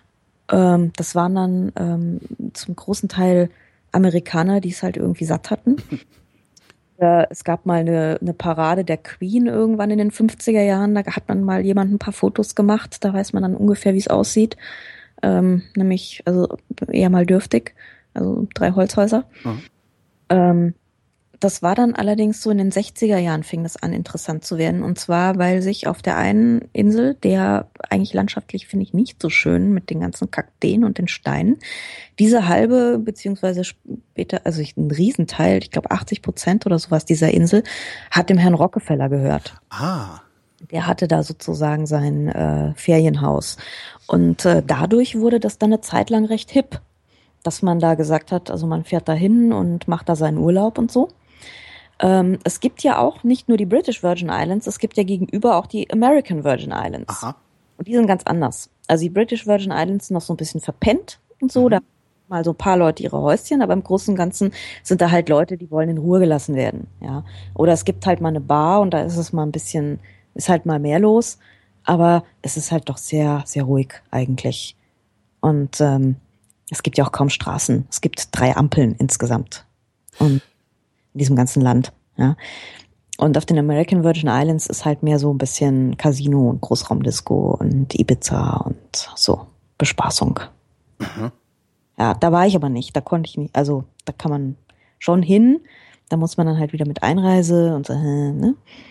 Ähm, das waren dann ähm, zum großen Teil Amerikaner, die es halt irgendwie satt hatten. Es gab mal eine, eine Parade der Queen irgendwann in den fünfziger Jahren. Da hat man mal jemand ein paar Fotos gemacht. Da weiß man dann ungefähr, wie es aussieht. Ähm, nämlich, also eher mal dürftig. Also drei Holzhäuser. Mhm. Ähm, das war dann allerdings so in den sechziger Jahren fing das an, interessant zu werden. Und zwar, weil sich auf der einen Insel, der eigentlich landschaftlich finde ich nicht so schön mit den ganzen Kakteen und den Steinen, diese halbe, beziehungsweise später, also ein Riesenteil, ich glaube achtzig Prozent oder sowas dieser Insel, hat dem Herrn Rockefeller gehört. Ah. Der hatte da sozusagen sein äh, Ferienhaus. Und äh, dadurch wurde das dann eine Zeit lang recht hip, dass man da gesagt hat, also man fährt da hin und macht da seinen Urlaub und so. Ähm, es gibt ja auch nicht nur die British Virgin Islands, es gibt ja gegenüber auch die American Virgin Islands. Aha. Und die sind ganz anders. Also die British Virgin Islands sind noch so ein bisschen verpennt und so, mhm. Da mal so ein paar Leute ihre Häuschen, aber im Großen und Ganzen sind da halt Leute, die wollen in Ruhe gelassen werden, ja. Oder es gibt halt mal eine Bar und da ist es mal ein bisschen, ist halt mal mehr los, aber es ist halt doch sehr, sehr ruhig eigentlich. Und ähm, es gibt ja auch kaum Straßen. Es gibt drei Ampeln insgesamt. Und in diesem ganzen Land, ja. Und auf den American Virgin Islands ist halt mehr so ein bisschen Casino und Großraumdisco und Ibiza und so Bespaßung. Mhm. Ja, da war ich aber nicht, da konnte ich nicht, also da kann man schon hin, da muss man dann halt wieder mit Einreise und so, ne?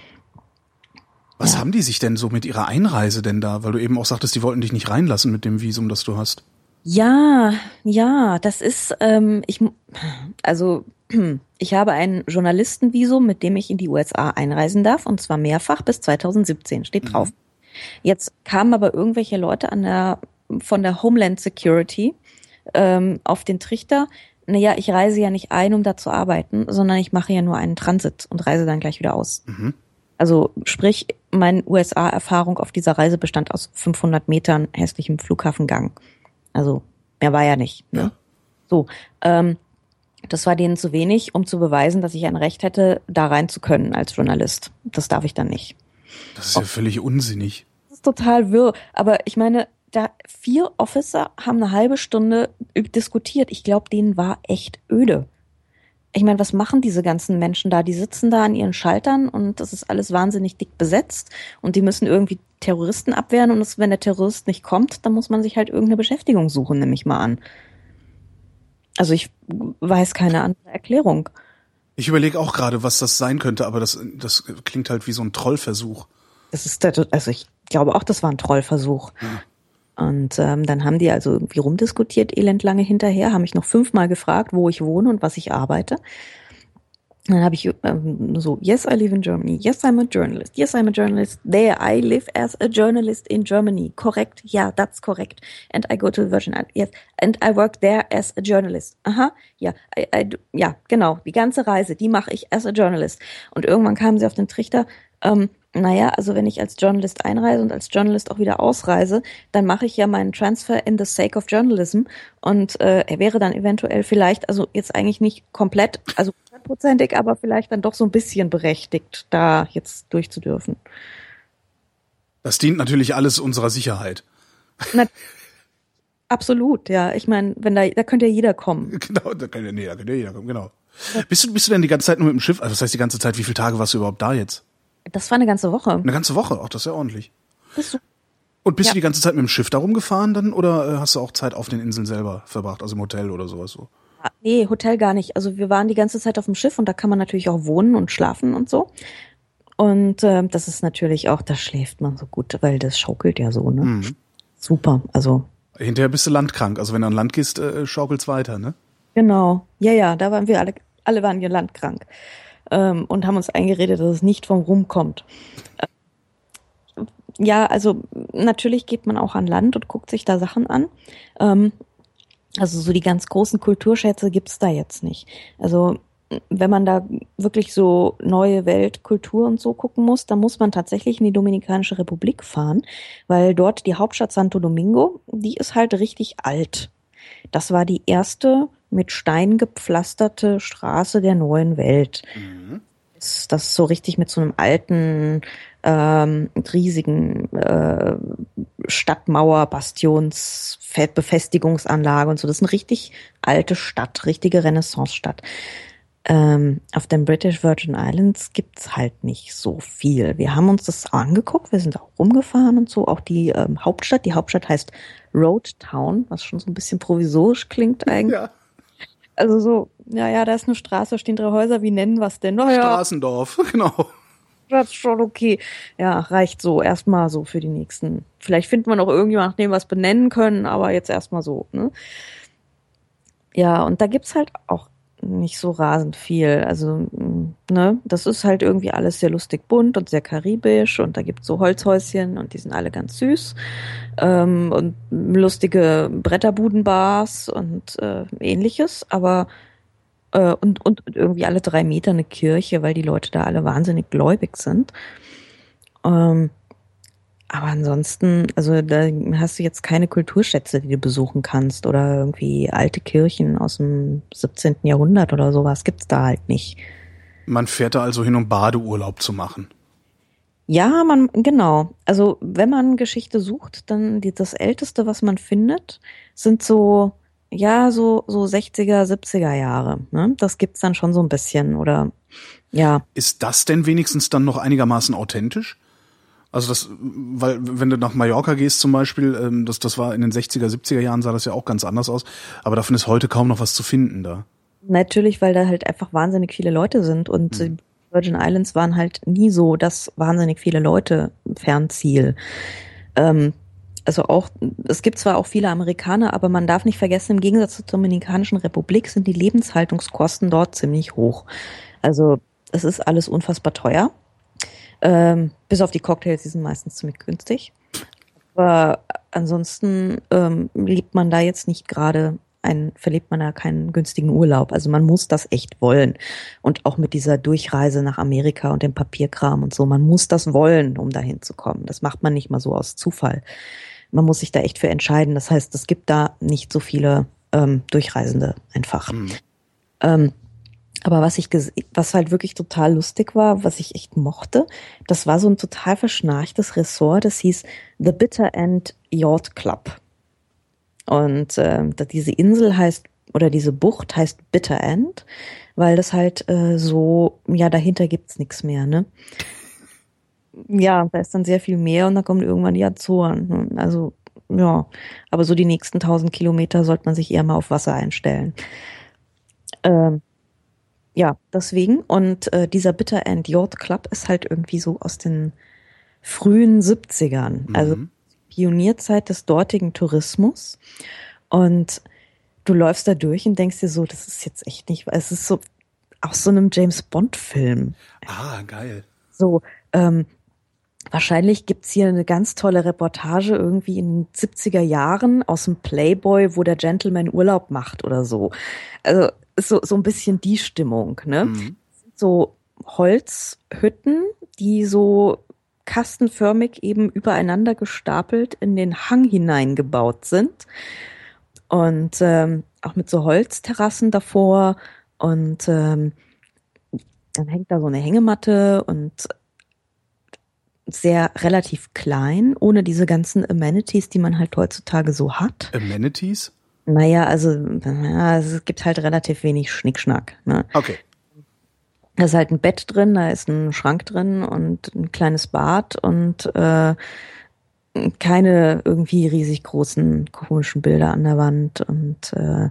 Was ja. haben die sich denn so mit ihrer Einreise denn da? Weil du eben auch sagtest, die wollten dich nicht reinlassen mit dem Visum, das du hast. Ja, ja, das ist, ähm, ich, also ich habe ein Journalistenvisum, mit dem ich in die U S A einreisen darf, und zwar mehrfach bis zweitausendsiebzehn, steht drauf. Mhm. Jetzt kamen aber irgendwelche Leute an der, von der Homeland Security ähm, auf den Trichter, naja, ich reise ja nicht ein, um da zu arbeiten, sondern ich mache ja nur einen Transit und reise dann gleich wieder aus. Mhm. Also sprich, meine U S A-Erfahrung auf dieser Reise bestand aus fünfhundert Metern hässlichem Flughafengang. Also mehr war ja nicht. Ne? Ja. So, ähm, Das war denen zu wenig, um zu beweisen, dass ich ein Recht hätte, da rein zu können als Journalist. Das darf ich dann nicht. Das ist ja völlig unsinnig. Das ist total wirr. Aber ich meine, da vier Officer haben eine halbe Stunde diskutiert. Ich glaube, denen war echt öde. Ich meine, was machen diese ganzen Menschen da? Die sitzen da an ihren Schaltern und das ist alles wahnsinnig dick besetzt und die müssen irgendwie Terroristen abwehren und das, wenn der Terrorist nicht kommt, dann muss man sich halt irgendeine Beschäftigung suchen, nehme ich mal an. Also ich weiß keine andere Erklärung. Ich überlege auch gerade, was das sein könnte, aber das, das klingt halt wie so ein Trollversuch. Das ist, also ich glaube auch, das war ein Trollversuch. Ja. Und ähm, dann haben die also irgendwie rumdiskutiert, elendlange hinterher, haben mich noch fünfmal gefragt, wo ich wohne und was ich arbeite. Dann habe ich ähm, so, yes, I live in Germany. Yes, I'm a journalist. Yes, I'm a journalist. There, I live as a journalist in Germany. Correct? Yeah, that's correct. And I go to the Virgin Islands. Yes. And I work there as a journalist. Aha, ja, I, I, ja, genau. Die ganze Reise, die mache ich as a journalist. Und irgendwann kamen sie auf den Trichter, ähm, naja, also wenn ich als Journalist einreise und als Journalist auch wieder ausreise, dann mache ich ja meinen Transfer in the sake of journalism und äh, er wäre dann eventuell vielleicht, also jetzt eigentlich nicht komplett, also hundertprozentig, aber vielleicht dann doch so ein bisschen berechtigt, da jetzt durchzudürfen. Das dient natürlich alles unserer Sicherheit. Na, absolut, ja. Ich meine, wenn da, da könnte ja jeder kommen. Genau, da könnte, nee, da könnte ja jeder kommen, genau. Ja. Bist du, bist du denn die ganze Zeit nur mit dem Schiff? Also das heißt die ganze Zeit, wie viele Tage warst du überhaupt da jetzt? Das war eine ganze Woche. Eine ganze Woche? Ach, das ist ja ordentlich. Bist du? Und bist ja. du die ganze Zeit mit dem Schiff da rumgefahren dann oder äh, hast du auch Zeit auf den Inseln selber verbracht, also im Hotel oder sowas so? Nee, Hotel gar nicht. Also wir waren die ganze Zeit auf dem Schiff und da kann man natürlich auch wohnen und schlafen und so. Und äh, das ist natürlich auch, da schläft man so gut, weil das schaukelt ja so, ne? Mhm. Super, also. Hinterher bist du landkrank, also wenn du an Land gehst, äh, schaukelt's weiter, ne? Genau, ja, ja, da waren wir alle, alle waren hier landkrank. Ähm, und haben uns eingeredet, dass es nicht vom Rum kommt. Äh, ja, also natürlich geht man auch an Land und guckt sich da Sachen an. Ähm, also so die ganz großen Kulturschätze gibt's da jetzt nicht. Also wenn man da wirklich so neue Weltkultur und so gucken muss, dann muss man tatsächlich in die Dominikanische Republik fahren, weil dort die Hauptstadt Santo Domingo, die ist halt richtig alt. Das war die erste mit Stein gepflasterte Straße der neuen Welt. Mhm. Das, das so richtig mit so einem alten, ähm, riesigen äh, Stadtmauer, Bastions, Befestigungsanlage und so. Das ist eine richtig alte Stadt, richtige Renaissance-Stadt. Ähm, auf den British Virgin Islands gibt's halt nicht so viel. Wir haben uns das angeguckt, wir sind auch rumgefahren und so. Auch die ähm, Hauptstadt, die Hauptstadt heißt Road Town, was schon so ein bisschen provisorisch klingt eigentlich. Ja. Also so, ja, ja, da ist eine Straße, da stehen drei Häuser, wie nennen wir es denn? Oh, ja. Straßendorf, genau. Das ist schon okay. Ja, reicht so, erstmal so für die nächsten. Vielleicht finden wir noch irgendjemand, nach dem wir es benennen können, aber jetzt erstmal so, ne? Ja, und da gibt's halt auch nicht so rasend viel. Also, ne, das ist halt irgendwie alles sehr lustig bunt und sehr karibisch und da gibt's so Holzhäuschen und die sind alle ganz süß. Ähm, und lustige Bretterbudenbars und äh, ähnliches, aber äh, und, und irgendwie alle drei Meter eine Kirche, weil die Leute da alle wahnsinnig gläubig sind. Ähm, aber ansonsten, also da hast du jetzt keine Kulturschätze, die du besuchen kannst oder irgendwie alte Kirchen aus dem siebzehnten Jahrhundert oder sowas gibt's da halt nicht. Man fährt da also hin, um Badeurlaub zu machen. Ja, man, genau. Also wenn man Geschichte sucht, dann die, das Älteste, was man findet, sind so, ja, so, so sechziger, siebziger Jahre. Ne? Das gibt's dann schon so ein bisschen, oder, ja. Ist das denn wenigstens dann noch einigermaßen authentisch? Also das, weil, wenn du nach Mallorca gehst zum Beispiel, das, das war in den sechziger, siebziger Jahren, sah das ja auch ganz anders aus, aber davon ist heute kaum noch was zu finden da. Natürlich, weil da halt einfach wahnsinnig viele Leute sind und hm. Virgin Islands waren halt nie so, dass wahnsinnig viele Leute Fernziel. Ähm, also auch, es gibt zwar auch viele Amerikaner, aber man darf nicht vergessen, im Gegensatz zur Dominikanischen Republik sind die Lebenshaltungskosten dort ziemlich hoch. Also es ist alles unfassbar teuer. Ähm, bis auf die Cocktails, die sind meistens ziemlich günstig. Aber ansonsten ähm, lebt man da jetzt nicht gerade ein, verlebt man da keinen günstigen Urlaub. Also man muss das echt wollen. Und auch mit dieser Durchreise nach Amerika und dem Papierkram und so, man muss das wollen, um da hinzukommen. Das macht man nicht mal so aus Zufall. Man muss sich da echt für entscheiden. Das heißt, es gibt da nicht so viele ähm, Durchreisende einfach. Mhm. Ähm, aber was ich ges- was halt wirklich total lustig war, was ich echt mochte, das war so ein total verschnarchtes Ressort, das hieß The Bitter End Yacht Club. Und äh, da- diese Insel heißt, oder diese Bucht heißt Bitter End, weil das halt äh, so, ja, dahinter gibt's nichts mehr, ne? Ja, da ist dann sehr viel Meer und dann kommen irgendwann die Azoren. Also, ja, aber so die nächsten tausend Kilometer sollte man sich eher mal auf Wasser einstellen. Ähm, ja, deswegen. Und äh, dieser Bitter End Yacht Club ist halt irgendwie so aus den frühen siebzigern, also Mhm. Pionierzeit des dortigen Tourismus. Und du läufst da durch und denkst dir so, das ist jetzt echt nicht, es ist so aus so einem James Bond-Film. Ah, geil. So, ähm, wahrscheinlich gibt's hier eine ganz tolle Reportage irgendwie in den siebziger Jahren aus dem Playboy, wo der Gentleman Urlaub macht oder so. Also ist so, so ein bisschen die Stimmung, ne? Mhm. So Holzhütten, die so kastenförmig eben übereinander gestapelt in den Hang hineingebaut sind. Und ähm, auch mit so Holzterrassen davor. Und ähm, dann hängt da so eine Hängematte und sehr relativ klein, ohne diese ganzen Amenities, die man halt heutzutage so hat. Amenities? Naja, also ja, es gibt halt relativ wenig Schnickschnack. Ne? Okay. Da ist halt ein Bett drin, da ist ein Schrank drin und ein kleines Bad und äh, keine irgendwie riesig großen komischen Bilder an der Wand. Und äh,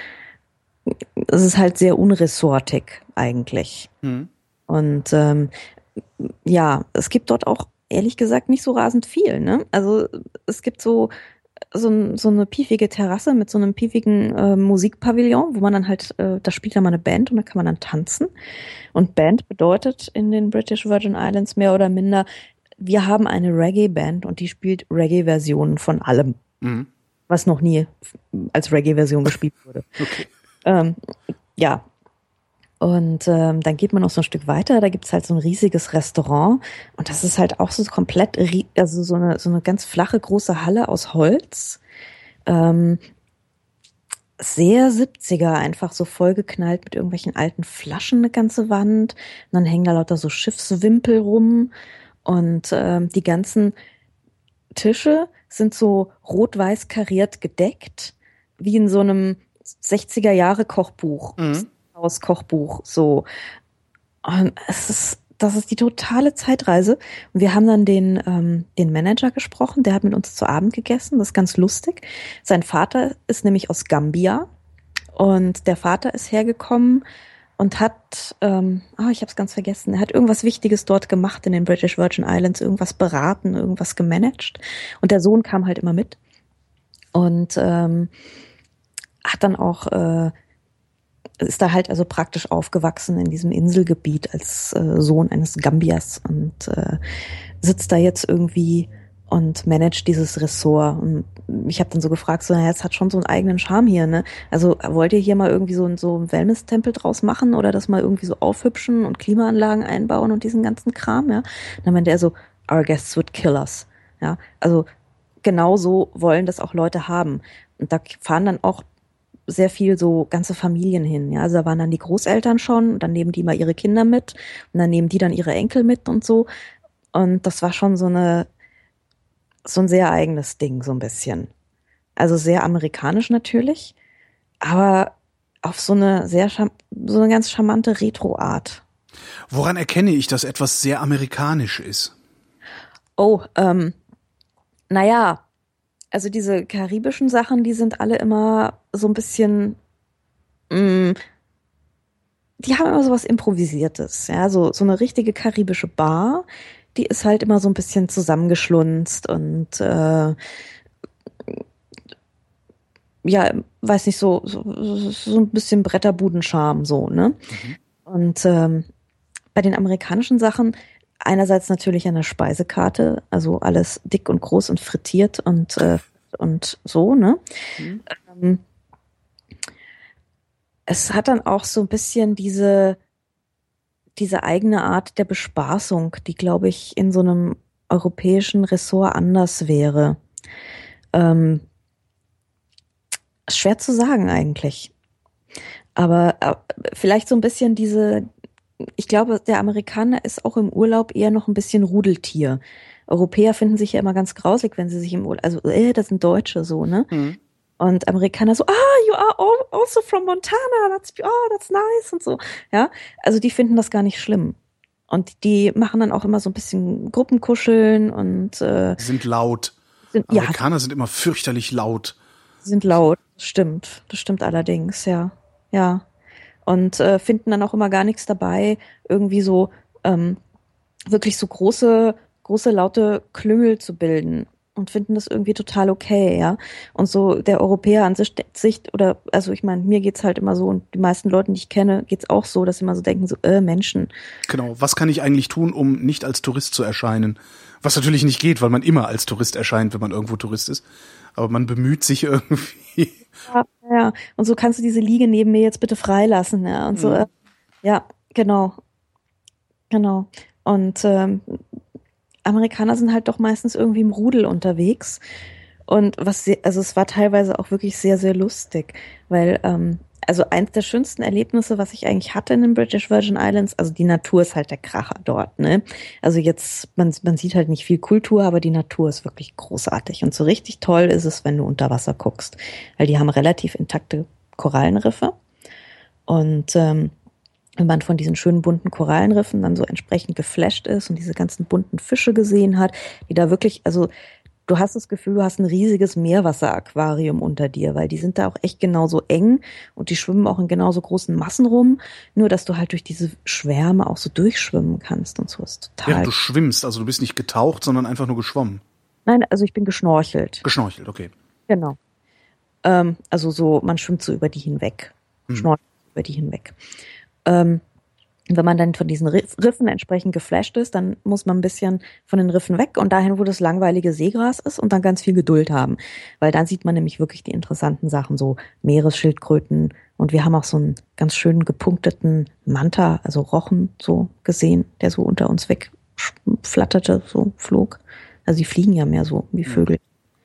es ist halt sehr unressortig eigentlich. Mhm. Und ähm, ja, es gibt dort auch ehrlich gesagt nicht so rasend viel, ne? Also es gibt so so, ein, so eine piefige Terrasse mit so einem piefigen äh, Musikpavillon, wo man dann halt, äh, da spielt dann mal eine Band und da kann man dann tanzen. Und Band bedeutet in den British Virgin Islands mehr oder minder, wir haben eine Reggae-Band und die spielt Reggae-Versionen von allem, Mhm. was noch nie als Reggae-Version gespielt wurde. Okay. Ähm, ja, und ähm, dann geht man noch so ein Stück weiter, da gibt's halt so ein riesiges Restaurant und das ist halt auch so komplett, ri- also so eine, so eine ganz flache, große Halle aus Holz. Ähm, sehr siebziger, einfach so vollgeknallt mit irgendwelchen alten Flaschen, eine ganze Wand. Und dann hängen da lauter so Schiffswimpel rum und ähm, die ganzen Tische sind so rot-weiß kariert gedeckt, wie in so einem sechziger Jahre Kochbuch. Mhm. Aus Kochbuch, so. Und es ist, das ist die totale Zeitreise. Und wir haben dann den, ähm, den Manager gesprochen, der hat mit uns zu Abend gegessen, das ist ganz lustig. Sein Vater ist nämlich aus Gambia und der Vater ist hergekommen und hat, ähm, ah, ich habe es ganz vergessen, er hat irgendwas Wichtiges dort gemacht in den British Virgin Islands, irgendwas beraten, irgendwas gemanagt. Und der Sohn kam halt immer mit und ähm, hat dann auch äh, ist da halt also praktisch aufgewachsen in diesem Inselgebiet als äh, Sohn eines Gambiers und äh, sitzt da jetzt irgendwie und managt dieses Ressort. Und ich habe dann so gefragt, so, naja, es hat schon so einen eigenen Charme hier, ne? Also wollt ihr hier mal irgendwie so, so einen Wellness-Tempel draus machen oder das mal irgendwie so aufhübschen und Klimaanlagen einbauen und diesen ganzen Kram, ja? Und dann meinte er so, our guests would kill us, ja? Also genau so wollen das auch Leute haben. Und da fahren dann auch sehr viel so ganze Familien hin. Ja, also da waren dann die Großeltern schon, dann nehmen die mal ihre Kinder mit und dann nehmen die dann ihre Enkel mit und so. Und das war schon so eine, so ein sehr eigenes Ding, so ein bisschen. Also sehr amerikanisch natürlich, aber auf so eine sehr, charm- so eine ganz charmante Retro-Art. Woran erkenne ich, dass etwas sehr amerikanisch ist? Oh, ähm, naja, also diese karibischen Sachen, die sind alle immer so ein bisschen, mh, die haben immer so was Improvisiertes, ja, so, so eine richtige karibische Bar, die ist halt immer so ein bisschen zusammengeschlunzt und äh, ja, weiß nicht, so, so, so ein bisschen Bretterbudenscharme, so, ne? Mhm. Und ähm, bei den amerikanischen Sachen einerseits natürlich an der Speisekarte, also alles dick und groß und frittiert und äh, und so, ne? Mhm. Ähm, es hat dann auch so ein bisschen diese diese eigene Art der Bespaßung, die, glaube ich, in so einem europäischen Ressort anders wäre. Ähm, schwer zu sagen eigentlich. Aber äh, vielleicht so ein bisschen diese, ich glaube, der Amerikaner ist auch im Urlaub eher noch ein bisschen Rudeltier. Europäer finden sich ja immer ganz grausig, wenn sie sich im Urlaub, also äh, das sind Deutsche so, ne? Mhm. Und Amerikaner so, ah, you are also from Montana, that's, oh, that's nice und so. Ja, also die finden das gar nicht schlimm. Und die machen dann auch immer so ein bisschen Gruppenkuscheln und äh, sind laut. Sind, Amerikaner ja, sind immer fürchterlich laut. Sind laut, das stimmt. Das stimmt allerdings, ja. Ja. Und äh, finden dann auch immer gar nichts dabei, irgendwie so ähm, wirklich so große, große laute Klüngel zu bilden. Und finden das irgendwie total okay, ja. Und so der Europäer an sich, oder, also ich meine, mir geht's halt immer so, und die meisten Leuten, die ich kenne, geht's auch so, dass sie immer so denken, so, äh, Menschen. Genau, was kann ich eigentlich tun, um nicht als Tourist zu erscheinen? Was natürlich nicht geht, weil man immer als Tourist erscheint, wenn man irgendwo Tourist ist. Aber man bemüht sich irgendwie. Ja, ja. Und so kannst du diese Liege neben mir jetzt bitte freilassen, ja. Und so, mhm. äh, ja, genau. Genau. Und ähm, Amerikaner sind halt doch meistens irgendwie im Rudel unterwegs. Und was, sehr, also es war teilweise auch wirklich sehr, sehr lustig, weil, ähm, also eins der schönsten Erlebnisse, was ich eigentlich hatte in den British Virgin Islands, also die Natur ist halt der Kracher dort, ne? Also jetzt, man, man sieht halt nicht viel Kultur, aber die Natur ist wirklich großartig. Und so richtig toll ist es, wenn du unter Wasser guckst, weil die haben relativ intakte Korallenriffe. Und, ähm, wenn man von diesen schönen bunten Korallenriffen dann so entsprechend geflasht ist und diese ganzen bunten Fische gesehen hat, die da wirklich, also du hast das Gefühl, du hast ein riesiges Meerwasseraquarium unter dir, weil die sind da auch echt genauso eng und die schwimmen auch in genauso großen Massen rum, nur dass du halt durch diese Schwärme auch so durchschwimmen kannst und so ist total. Ja, du schwimmst, also du bist nicht getaucht, sondern einfach nur geschwommen. Nein, also ich bin geschnorchelt. Geschnorchelt, okay. Genau. Ähm, also so, man schwimmt so über die hinweg, hm. schnorchelt über die hinweg. Ähm, wenn man dann von diesen Riffen entsprechend geflasht ist, dann muss man ein bisschen von den Riffen weg und dahin, wo das langweilige Seegras ist und dann ganz viel Geduld haben. Weil dann sieht man nämlich wirklich die interessanten Sachen, so Meeresschildkröten und wir haben auch so einen ganz schönen gepunkteten Manta, also Rochen so gesehen, der so unter uns wegflatterte, so flog. Also die fliegen ja mehr so wie Vögel.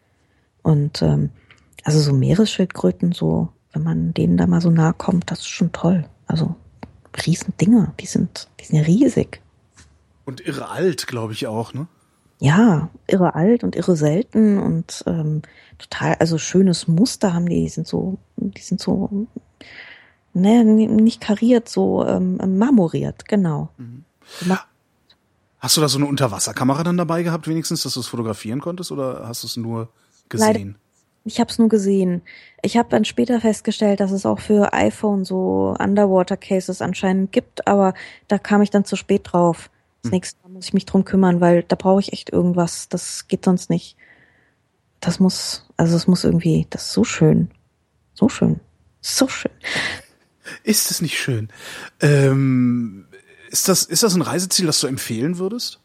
Und ähm, also so Meeresschildkröten, so, wenn man denen da mal so nahe kommt, das ist schon toll. Also Riesendinger, die sind, die sind ja riesig. Und irre alt, glaube ich auch, ne? Ja, irre alt und irre selten und ähm, total, also schönes Muster haben die, die sind so, die sind so, ne, nicht kariert, so ähm, marmoriert, genau. Mhm. Hast du da so eine Unterwasserkamera dann dabei gehabt, wenigstens, dass du es fotografieren konntest, oder hast du es nur gesehen? Leider. Ich habe es nur gesehen. Ich habe dann später festgestellt, dass es auch für iPhone so Underwater Cases anscheinend gibt, aber da kam ich dann zu spät drauf. Das hm. nächste Mal muss ich mich drum kümmern, weil da brauche ich echt irgendwas. Das geht sonst nicht. Das muss, also es muss irgendwie, das ist so schön. So schön. So schön. Ist es nicht schön? Ähm, ist das, ist das ein Reiseziel, das du empfehlen würdest?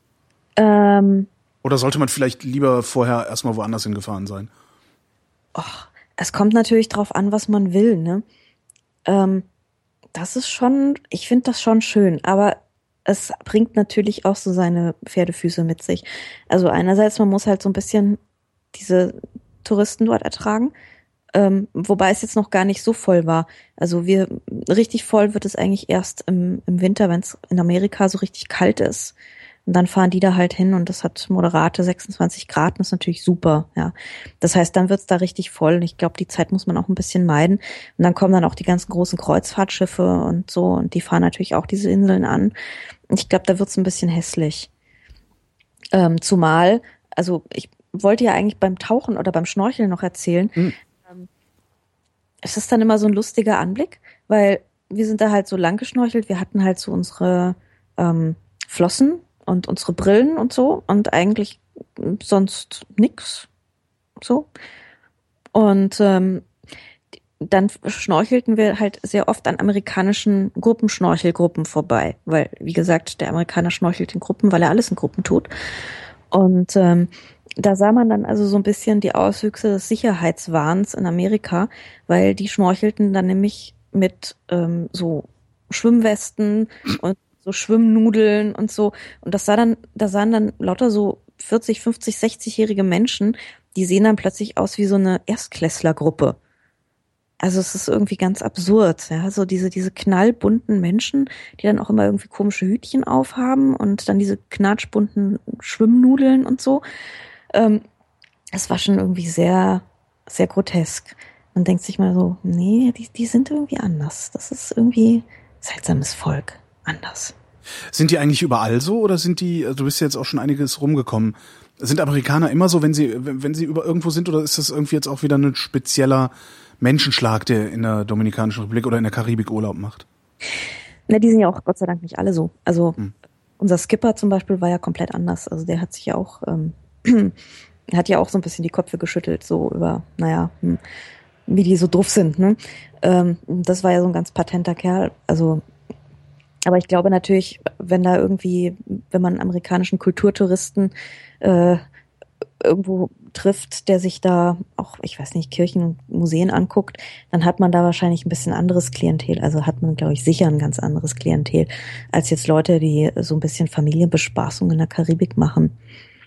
Ähm. Oder sollte man vielleicht lieber vorher erstmal woanders hingefahren sein? Och, es kommt natürlich drauf an, was man will, ne? Ähm, das ist schon, ich finde das schon schön, aber es bringt natürlich auch so seine Pferdefüße mit sich. Also einerseits, man muss halt so ein bisschen diese Touristen dort ertragen, ähm, wobei es jetzt noch gar nicht so voll war. Also wir, richtig voll wird es eigentlich erst im, im Winter, wenn es in Amerika so richtig kalt ist. Und dann fahren die da halt hin und das hat moderate sechsundzwanzig Grad und das ist natürlich super, ja. Das heißt, dann wird's da richtig voll und ich glaube, die Zeit muss man auch ein bisschen meiden. Und dann kommen dann auch die ganzen großen Kreuzfahrtschiffe und so und die fahren natürlich auch diese Inseln an. Und ich glaube, da wird's ein bisschen hässlich. Ähm, zumal, also ich wollte ja eigentlich beim Tauchen oder beim Schnorcheln noch erzählen, mhm. ähm, es ist dann immer so ein lustiger Anblick, weil wir sind da halt so lang geschnorchelt, wir hatten halt so unsere ähm, Flossen und unsere Brillen und so und eigentlich sonst nix so. Und ähm, dann schnorchelten wir halt sehr oft an amerikanischen Gruppenschnorchelgruppen vorbei, weil, wie gesagt, der Amerikaner schnorchelt in Gruppen, weil er alles in Gruppen tut. Und ähm, da sah man dann also so ein bisschen die Auswüchse des Sicherheitswahns in Amerika, weil die schnorchelten dann nämlich mit ähm, so Schwimmwesten und so Schwimmnudeln und so. Und das sah dann, da sahen dann lauter so vierzig, fünfzig, sechzig-jährige Menschen, die sehen dann plötzlich aus wie so eine Erstklässlergruppe. also es ist irgendwie ganz absurd, ja, so diese, diese knallbunten Menschen, die dann auch immer irgendwie komische Hütchen aufhaben und dann diese knatschbunten Schwimmnudeln und so. Ähm, es war schon irgendwie sehr, sehr grotesk. Man denkt sich mal so, nee, die, die sind irgendwie anders. Das ist irgendwie seltsames Volk. Anders. Sind die eigentlich überall so oder sind die, also du bist jetzt auch schon einiges rumgekommen, sind Amerikaner immer so, wenn sie, wenn sie über irgendwo sind, oder ist das irgendwie jetzt auch wieder ein spezieller Menschenschlag, der in der Dominikanischen Republik oder in der Karibik Urlaub macht? Na, die sind ja auch Gott sei Dank nicht alle so. Also Hm. unser Skipper zum Beispiel war ja komplett anders. Also der hat sich ja auch, ähm, hat ja auch so ein bisschen die Köpfe geschüttelt, so über, naja, hm, wie die so doof sind, ne? Ähm, das war ja so ein ganz patenter Kerl. Also, aber ich glaube natürlich, wenn da irgendwie, wenn man einen amerikanischen Kulturtouristen äh, irgendwo trifft, der sich da auch, ich weiß nicht, Kirchen und Museen anguckt, dann hat man da wahrscheinlich ein bisschen anderes Klientel. Also hat man, glaube ich, sicher ein ganz anderes Klientel, als jetzt Leute, die so ein bisschen Familienbespaßung in der Karibik machen.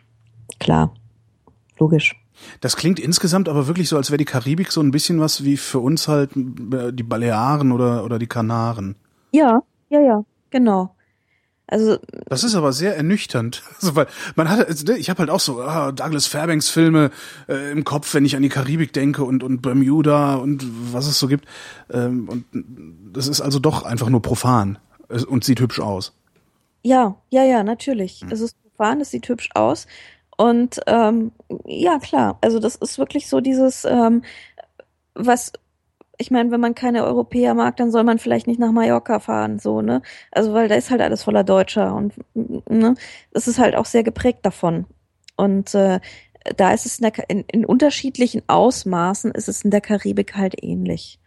Klar, logisch. Das klingt insgesamt aber wirklich so, als wäre die Karibik so ein bisschen was wie für uns halt die Balearen oder, oder die Kanaren. Ja, ja, ja, genau. Also das ist aber sehr ernüchternd, also, weil man hat, ich habe halt auch so ah, Douglas Fairbanks Filme äh, im Kopf, wenn ich an die Karibik denke und und Bermuda und was es so gibt, ähm, und das ist also doch einfach nur profan und sieht hübsch aus. Ja, ja, ja, natürlich. Hm. Es ist profan, es sieht hübsch aus und ähm, ja klar, also das ist wirklich so dieses, ähm, was ich meine, wenn man keine Europäer mag, dann soll man vielleicht nicht nach Mallorca fahren, so, ne? Also, weil da ist halt alles voller Deutscher und, ne? Das ist halt auch sehr geprägt davon. Und äh, da ist es in, der, in, in unterschiedlichen Ausmaßen ist es in der Karibik halt ähnlich.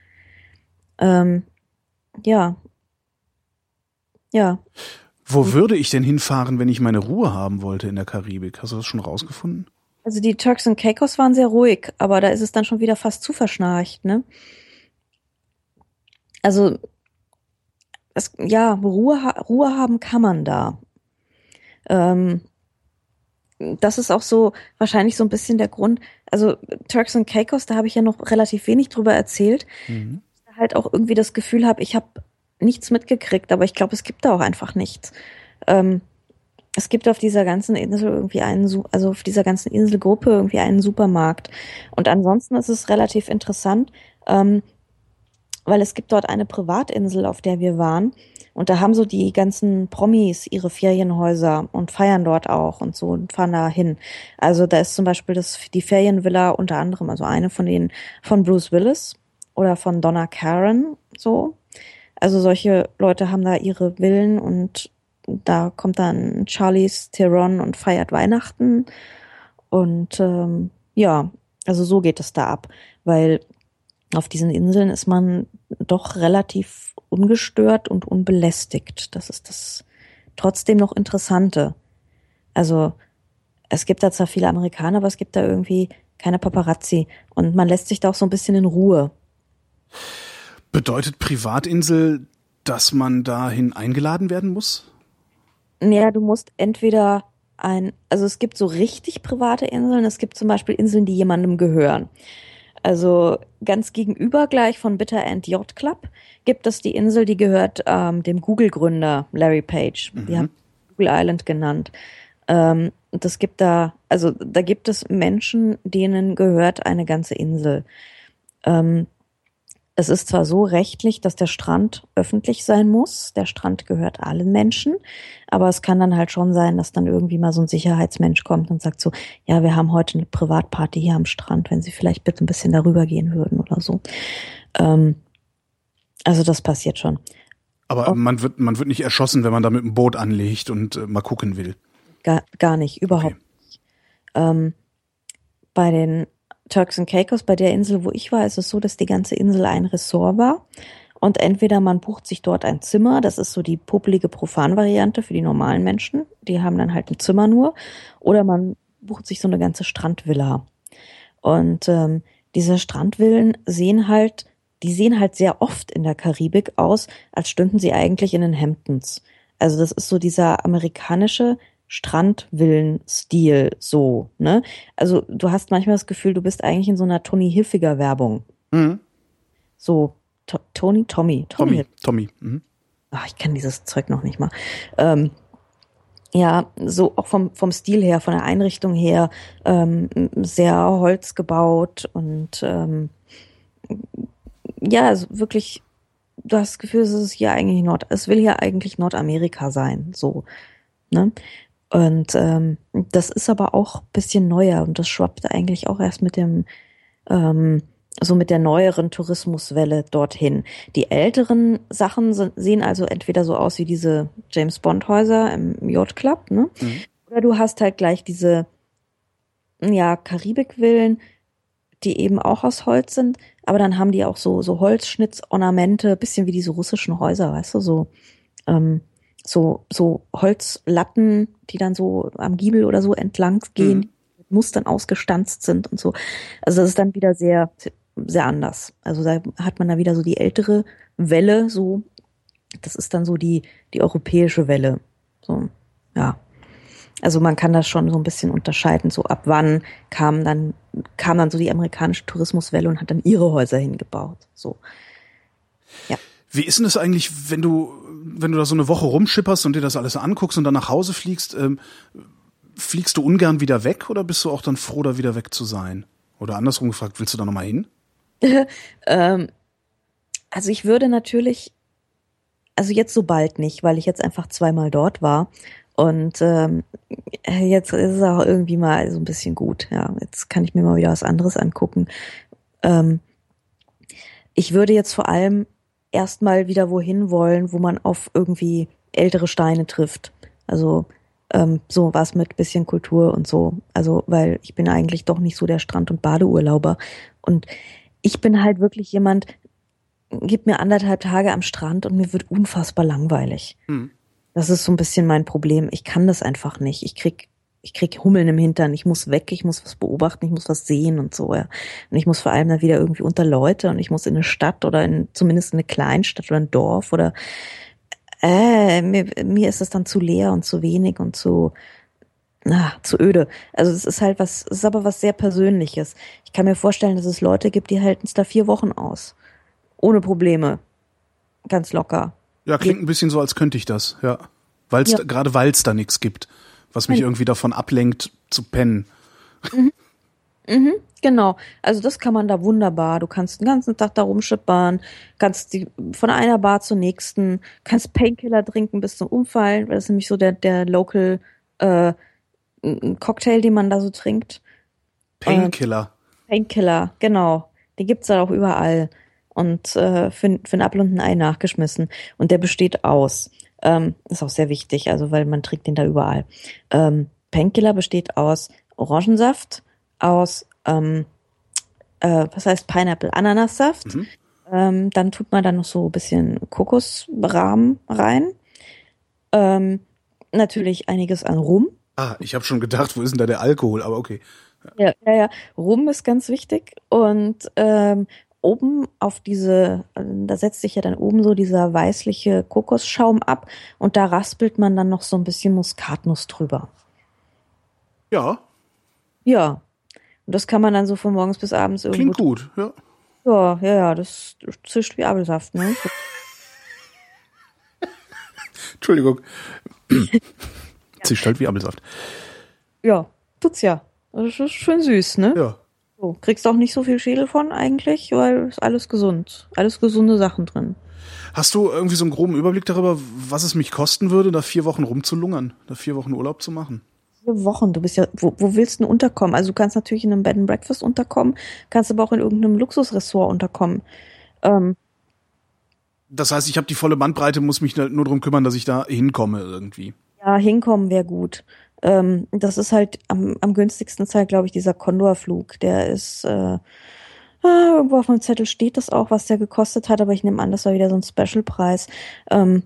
Ähm, ja. Ja. Wo würde ich denn hinfahren, wenn ich meine Ruhe haben wollte in der Karibik? Hast du das schon rausgefunden? Also die Turks and Caicos waren sehr ruhig, aber da ist es dann schon wieder fast zu verschnarcht, ne? Also, es, ja, Ruhe, Ruhe haben kann man da. Ähm, das ist auch so wahrscheinlich so ein bisschen der Grund. Also Turks and Caicos, da habe ich ja noch relativ wenig drüber erzählt. Mhm. Ich halt auch irgendwie das Gefühl habe, ich habe nichts mitgekriegt, aber ich glaube, es gibt da auch einfach nichts. Ähm, es gibt auf dieser ganzen Insel irgendwie einen, also auf dieser ganzen Inselgruppe irgendwie einen Supermarkt. Und ansonsten ist es relativ interessant, ähm, weil es gibt dort eine Privatinsel, auf der wir waren. Und da haben so die ganzen Promis ihre Ferienhäuser und feiern dort auch und so und fahren da hin. Also da ist zum Beispiel das, die Ferienvilla unter anderem, also eine von denen von Bruce Willis oder von Donna Karan, so. Also solche Leute haben da ihre Villen und da kommt dann Charlize Theron und feiert Weihnachten. Und ähm, ja, also so geht es da ab, weil auf diesen Inseln ist man doch relativ ungestört und unbelästigt. Das ist das trotzdem noch Interessante. Also es gibt da zwar viele Amerikaner, aber es gibt da irgendwie keine Paparazzi. Und man lässt sich da auch so ein bisschen in Ruhe. Bedeutet Privatinsel, dass man dahin eingeladen werden muss? Ja, du musst entweder ein, also es gibt so richtig private Inseln, es gibt zum Beispiel Inseln, die jemandem gehören. Also ganz gegenüber gleich von Bitter End Yacht Club gibt es die Insel, die gehört ähm, dem Google-Gründer Larry Page. Mhm. Die haben Google Island genannt. Ähm, und das gibt da, also da gibt es Menschen, denen gehört eine ganze Insel. Ähm, es ist zwar so rechtlich, dass der Strand öffentlich sein muss. Der Strand gehört allen Menschen. Aber es kann dann halt schon sein, dass dann irgendwie mal so ein Sicherheitsmensch kommt und sagt so, ja, wir haben heute eine Privatparty hier am Strand, wenn Sie vielleicht bitte ein bisschen darüber gehen würden oder so. Ähm, also das passiert schon. Aber oh. man wird man wird nicht erschossen, wenn man da mit dem Boot anlegt und äh, mal gucken will. Gar, gar nicht, überhaupt okay. nicht. Ähm, bei den Turks and Caicos, bei der Insel, wo ich war, ist es so, dass die ganze Insel ein Ressort war. Und entweder man bucht sich dort ein Zimmer, das ist so die popelige Profan-Variante für die normalen Menschen, die haben dann halt ein Zimmer nur, oder man bucht sich so eine ganze Strandvilla. Und ähm, diese Strandvillen sehen halt, die sehen halt sehr oft in der Karibik aus, als stünden sie eigentlich in den Hamptons. Also das ist so dieser amerikanische Strandvillen-Stil, so, ne? Also du hast manchmal das Gefühl, du bist eigentlich in so einer Tommy Hilfiger Werbung. Mhm. So, to- Tony, Tommy. Tommy, Tommy. Mhm. Ach, ich kann dieses Zeug noch nicht mal. Ähm, ja, so auch vom, vom Stil her, von der Einrichtung her, ähm, sehr Holz gebaut und ähm, ja, also wirklich, du hast das Gefühl, es ist hier eigentlich Nord, es will hier eigentlich Nordamerika sein, so, ne? Und ähm, das ist aber auch ein bisschen neuer und das schwappte eigentlich auch erst mit dem ähm, so mit der neueren Tourismuswelle dorthin. Die älteren Sachen sind, sehen also entweder so aus wie diese James-Bond-Häuser im Yacht Club, ne? Mhm. Oder du hast halt gleich diese, ja, Karibik-Villen, die eben auch aus Holz sind, aber dann haben die auch so, so Holzschnitzornamente, bisschen wie diese russischen Häuser, weißt du, so, ähm, so, so Holzlatten, die dann so am Giebel oder so entlang gehen, Mhm. mit Mustern ausgestanzt sind und so. Also das ist dann wieder sehr, sehr anders. Also da hat man da wieder so die ältere Welle, so, das ist dann so die, die europäische Welle. So, ja. Also man kann das schon so ein bisschen unterscheiden, so ab wann kam dann, kam dann so die amerikanische Tourismuswelle und hat dann ihre Häuser hingebaut. So. Ja. Wie ist denn das eigentlich, wenn du, wenn du da so eine Woche rumschipperst und dir das alles anguckst und dann nach Hause fliegst, ähm, fliegst du ungern wieder weg oder bist du auch dann froh, da wieder weg zu sein? Oder andersrum gefragt, willst du da nochmal hin? ähm, also ich würde natürlich, also jetzt so bald nicht, weil ich jetzt einfach zweimal dort war. Und ähm, jetzt ist es auch irgendwie mal so ein bisschen gut. Ja, jetzt kann ich mir mal wieder was anderes angucken. Ähm, ich würde jetzt vor allem erstmal wieder wohin wollen, wo man auf irgendwie ältere Steine trifft. Also ähm, so was mit bisschen Kultur und so. Also weil ich bin eigentlich doch nicht so der Strand- und Badeurlauber. Und ich bin halt wirklich jemand, gib mir anderthalb Tage am Strand und mir wird unfassbar langweilig. Hm. Das ist so ein bisschen mein Problem. Ich kann das einfach nicht. Ich krieg, ich krieg Hummeln im Hintern. Ich muss weg, ich muss was beobachten, ich muss was sehen und so, ja. Und ich muss vor allem dann wieder irgendwie unter Leute und ich muss in eine Stadt oder in, zumindest in eine Kleinstadt oder ein Dorf oder, äh, mir, mir ist es dann zu leer und zu wenig und zu, na, zu öde. Also es ist halt was, es ist aber was sehr Persönliches. Ich kann mir vorstellen, dass es Leute gibt, die halten es da vier Wochen aus. Ohne Probleme. Ganz locker. Ja, klingt ein bisschen so, als könnte ich das, ja. Weil's, Ja. gerade weil es da nichts gibt, was mich Nein. irgendwie davon ablenkt, zu pennen. Mhm, genau. Also das kann man da wunderbar. Du kannst den ganzen Tag da rumschippern, kannst die von einer Bar zur nächsten, kannst Painkiller trinken bis zum Umfallen, weil das ist nämlich so der, der Local äh, n- Cocktail, den man da so trinkt. Painkiller. Painkiller, genau. Den gibt's da auch überall. Und äh, für, für ein Apfel und ein Ei nachgeschmissen. Und der besteht aus. Ähm, ist auch sehr wichtig, also weil man trinkt den da überall. Ähm, Painkiller besteht aus Orangensaft, aus, ähm, äh, was heißt Pineapple, Ananassaft. Mhm. Ähm, dann tut man da noch so ein bisschen Kokosrahmen rein. Ähm, natürlich einiges an Rum. Ah, ich habe schon gedacht, wo ist denn da der Alkohol? Aber okay. Ja, ja, ja. Rum ist ganz wichtig. Und ähm, oben auf diese, da setzt sich ja dann oben so dieser weißliche Kokosschaum ab und da raspelt man dann noch so ein bisschen Muskatnuss drüber. Ja, Ja. Und das kann man dann so von morgens bis abends irgendwo. klingt gut, ja. Ja, ja, ja, das zischt wie Apfelsaft, ne? Entschuldigung. Zischt halt wie Apfelsaft. Ja, tut's ja. Das ist schön süß, ne? Ja. So, kriegst auch nicht so viel Schädel von eigentlich, weil ist alles gesund. Alles gesunde Sachen drin. Hast du irgendwie so einen groben Überblick darüber, was es mich kosten würde, da vier Wochen rumzulungern, da vier Wochen Urlaub zu machen? Vier Wochen, du bist ja, wo, wo willst du denn unterkommen? Also du kannst natürlich in einem Bed and Breakfast unterkommen, kannst aber auch in irgendeinem Luxusressort unterkommen. Ähm, Das heißt, ich habe die volle Bandbreite, muss mich halt nur darum kümmern, dass ich da hinkomme irgendwie. ja, hinkommen wäre gut. Ähm, das ist halt am, am günstigsten ist halt, glaube ich, dieser Condor-Flug. Der ist, äh, ah, irgendwo auf dem Zettel steht das auch, was der gekostet hat, aber ich nehme an, das war wieder so ein Special-Preis. Ähm,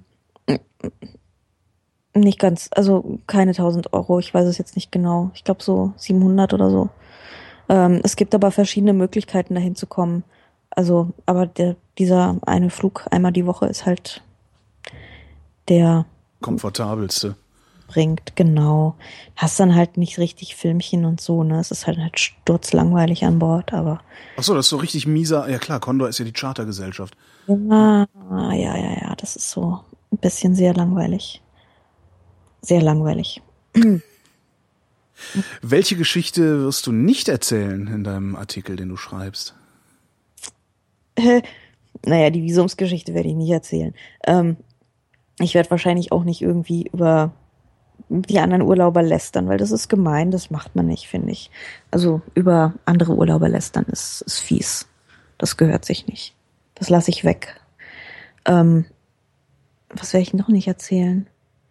nicht ganz, also keine tausend Euro, ich weiß es jetzt nicht genau. Ich glaube so siebenhundert oder so. Ähm, es gibt aber verschiedene Möglichkeiten, dahin zu kommen. Also, aber der, dieser eine Flug einmal die Woche ist halt der Komfortabelste. bringt, genau. Hast dann halt nicht richtig Filmchen und so, ne? Es ist halt, halt sturzlangweilig an Bord, aber. Ach so, das ist so richtig mieser. Ja klar, Condor ist ja die Chartergesellschaft. Ja, ja, ja, ja, das ist so ein bisschen sehr langweilig. Sehr langweilig. Welche Geschichte wirst du nicht erzählen in deinem Artikel, den du schreibst? Äh, naja, die Visumsgeschichte werde ich nicht erzählen. Ähm, ich werde wahrscheinlich auch nicht irgendwie über die anderen Urlauber lästern, weil das ist gemein, das macht man nicht, finde ich. Also über andere Urlauber lästern ist, ist fies. Das gehört sich nicht. Das lasse ich weg. Ähm, was werde ich noch nicht erzählen?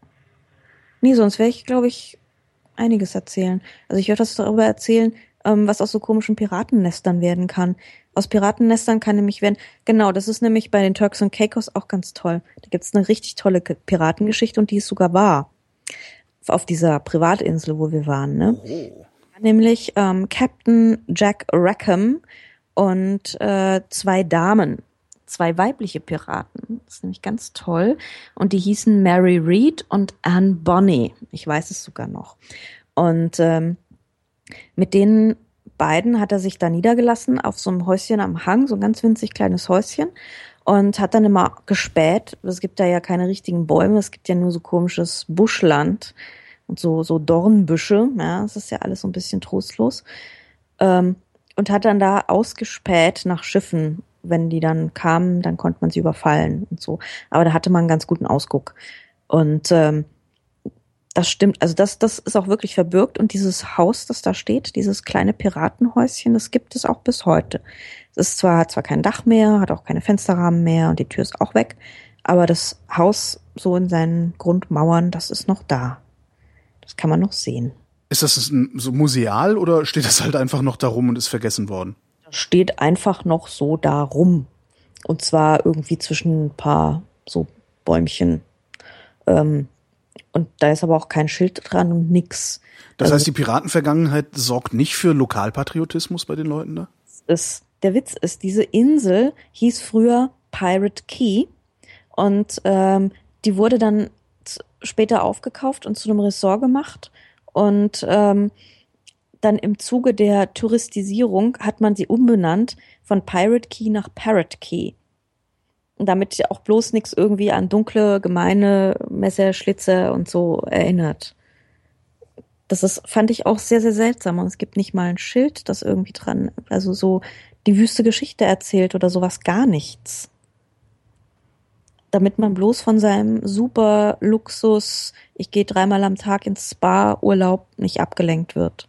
Nee, sonst werde ich, glaube ich, einiges erzählen. Also ich werde was darüber erzählen, ähm, was aus so komischen Piratennestern werden kann. Aus Piratennestern kann nämlich werden, genau, das ist nämlich bei den Turks und Caicos auch ganz toll. Da gibt's eine richtig tolle Piratengeschichte und die ist sogar wahr. Auf dieser Privatinsel, wo wir waren, ne? Oh. Nämlich ähm, Captain Jack Rackham und äh, zwei Damen, zwei weibliche Piraten. Das ist nämlich ganz toll. Und die hießen Mary Read und Anne Bonny. Ich weiß es sogar noch. Und ähm, mit denen beiden hat er sich da niedergelassen auf so einem Häuschen am Hang, so ein ganz winzig kleines Häuschen. Und hat dann immer gespäht. Es gibt da ja keine richtigen Bäume, es gibt ja nur so komisches Buschland und so so Dornbüsche. Ja, es ist ja alles so ein bisschen trostlos. Ähm, und hat dann da ausgespäht nach Schiffen. Wenn die dann kamen, dann konnte man sie überfallen und so. Aber da hatte man einen ganz guten Ausguck. Und ähm, das stimmt, also das das ist auch wirklich verbürgt. Und dieses Haus, das da steht, dieses kleine Piratenhäuschen, das gibt es auch bis heute. Es ist zwar, hat zwar kein Dach mehr, hat auch keine Fensterrahmen mehr und die Tür ist auch weg, aber das Haus so in seinen Grundmauern, das ist noch da. Das kann man noch sehen. Ist das so museal oder steht das halt einfach noch da rum und ist vergessen worden? Das steht einfach noch so da rum. Und zwar irgendwie zwischen ein paar so Bäumchen. Ähm, und da ist aber auch kein Schild dran und nix. Das also, heißt, die Piratenvergangenheit sorgt nicht für Lokalpatriotismus bei den Leuten da? Ist Der Witz ist, diese Insel hieß früher Pirate Key und ähm, die wurde dann z- später aufgekauft und zu einem Ressort gemacht und ähm, dann im Zuge der Touristisierung hat man sie umbenannt von Pirate Key nach Parrot Key. Und damit auch bloß nichts irgendwie an dunkle, gemeine Messerschlitze und so erinnert. Das ist, fand ich auch sehr, sehr seltsam und es gibt nicht mal ein Schild, das irgendwie dran, also so die wüste Geschichte erzählt oder sowas, gar nichts. Damit man bloß von seinem super Luxus, ich gehe dreimal am Tag ins Spa-Urlaub, nicht abgelenkt wird.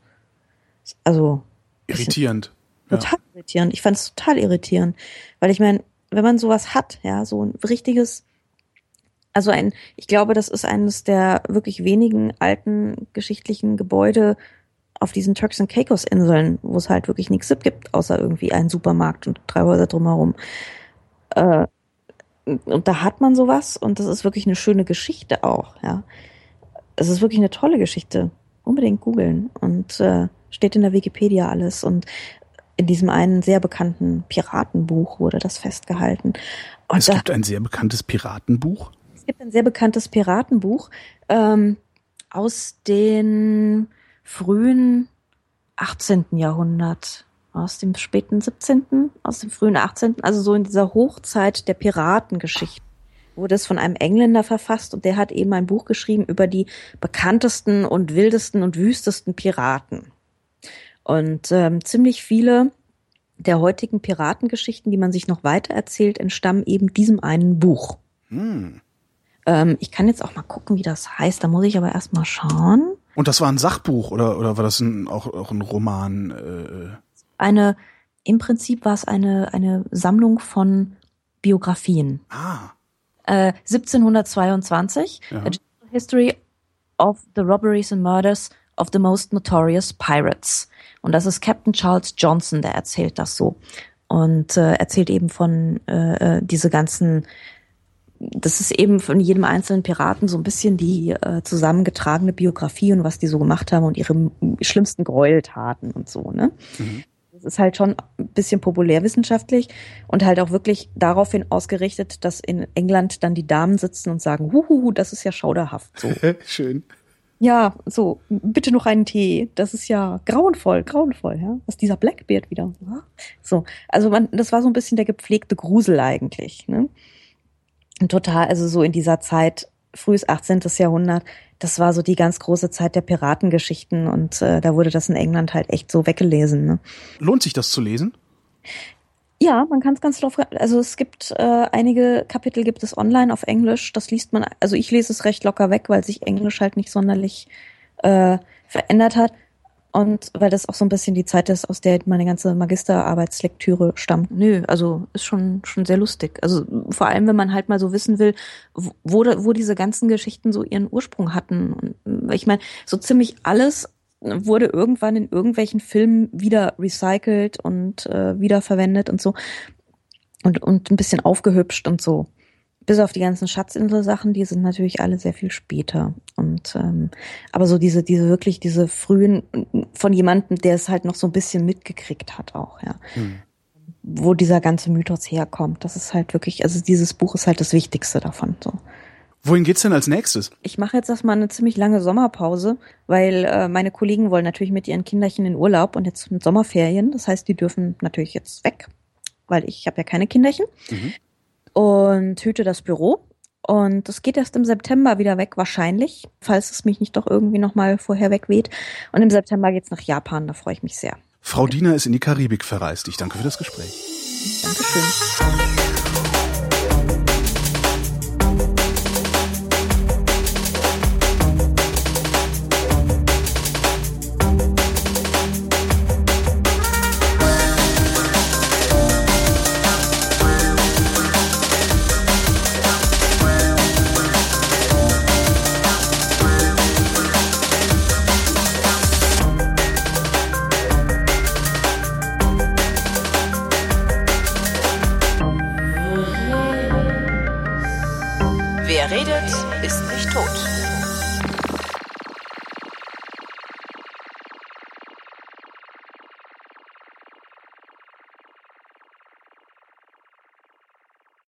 Also irritierend. Total ja. irritierend. Ich fand es total irritierend. Weil ich meine, wenn man sowas hat, ja, so ein richtiges, also ein, ich glaube, das ist eines der wirklich wenigen alten geschichtlichen Gebäude auf diesen Turks and Caicos Inseln, wo es halt wirklich nichts gibt, außer irgendwie einen Supermarkt und drei Häuser drumherum. Äh, und da hat man sowas und das ist wirklich eine schöne Geschichte auch, ja. Es ist wirklich eine tolle Geschichte. Unbedingt googeln und äh, steht in der Wikipedia alles und in diesem einen sehr bekannten Piratenbuch wurde das festgehalten. Und es da, gibt ein sehr bekanntes Piratenbuch? Es gibt ein sehr bekanntes Piratenbuch ähm, aus den frühen achtzehnten. Jahrhundert, aus dem späten siebzehnten., aus dem frühen achtzehnten., also so in dieser Hochzeit der Piratengeschichte, wurde es von einem Engländer verfasst und der hat eben ein Buch geschrieben über die bekanntesten und wildesten und wüstesten Piraten. Und ähm, ziemlich viele der heutigen Piratengeschichten, die man sich noch weiter erzählt, entstammen eben diesem einen Buch. Hm. Ähm, ich kann jetzt auch mal gucken, wie das heißt, da muss ich aber erst mal schauen. Und das war ein Sachbuch oder oder war das ein, auch auch ein Roman? Äh? Eine, im Prinzip war es eine eine Sammlung von Biografien. Ah. Äh, siebzehnhundertzweiundzwanzig, Ja. A General History of the Robberies and Murders of the Most Notorious Pirates. Und das ist Captain Charles Johnson, der erzählt das so. Und äh, erzählt eben von äh, diese ganzen, das ist eben von jedem einzelnen Piraten so ein bisschen die äh, zusammengetragene Biografie und was die so gemacht haben und ihre schlimmsten Gräueltaten und so, ne? Mhm. Das ist halt schon ein bisschen populärwissenschaftlich und halt auch wirklich daraufhin ausgerichtet, dass in England dann die Damen sitzen und sagen, huhuhu, das ist ja schauderhaft. So. Schön. Ja, so, bitte noch einen Tee. Das ist ja grauenvoll, grauenvoll, ja. Was ist dieser Blackbeard wieder? So, also man, das war so ein bisschen der gepflegte Grusel eigentlich, ne? Und total, also so in dieser Zeit, frühes achtzehnten. Jahrhundert, das war so die ganz große Zeit der Piratengeschichten und äh, da wurde das in England halt echt so weggelesen, ne? Lohnt sich das zu lesen? Ja, man kann es ganz drauf, also es gibt äh, einige Kapitel gibt es online auf Englisch, das liest man, also ich lese es recht locker weg, weil sich Englisch halt nicht sonderlich äh, verändert hat und weil das auch so ein bisschen die Zeit ist, aus der meine ganze Magisterarbeitslektüre stammt. Nö, also ist schon schon sehr lustig. Also vor allem, wenn man halt mal so wissen will, wo wo diese ganzen Geschichten so ihren Ursprung hatten. Und ich meine, so ziemlich alles wurde irgendwann in irgendwelchen Filmen wieder recycelt und äh, wiederverwendet und so und und ein bisschen aufgehübscht und so. Bis auf die ganzen Schatzinsel-Sachen, die sind natürlich alle sehr viel später. Und ähm, aber so diese diese wirklich diese frühen von jemandem, der es halt noch so ein bisschen mitgekriegt hat auch, ja. Hm. Wo dieser ganze Mythos herkommt, das ist halt wirklich, also dieses Buch ist halt das Wichtigste davon so. Wohin geht's denn als nächstes? Ich mache jetzt erstmal eine ziemlich lange Sommerpause, weil äh, meine Kollegen wollen natürlich mit ihren Kinderchen in Urlaub und jetzt mit Sommerferien. Das heißt, die dürfen natürlich jetzt weg, weil ich habe ja keine Kinderchen. Mhm. Und hüte das Büro. Und das geht erst im September wieder weg, wahrscheinlich, falls es mich nicht doch irgendwie nochmal vorher wegweht. Und im September geht's nach Japan, da freue ich mich sehr. Frau Diener ist in die Karibik verreist. Ich danke für das Gespräch. Dankeschön. Wer redet, ist nicht tot.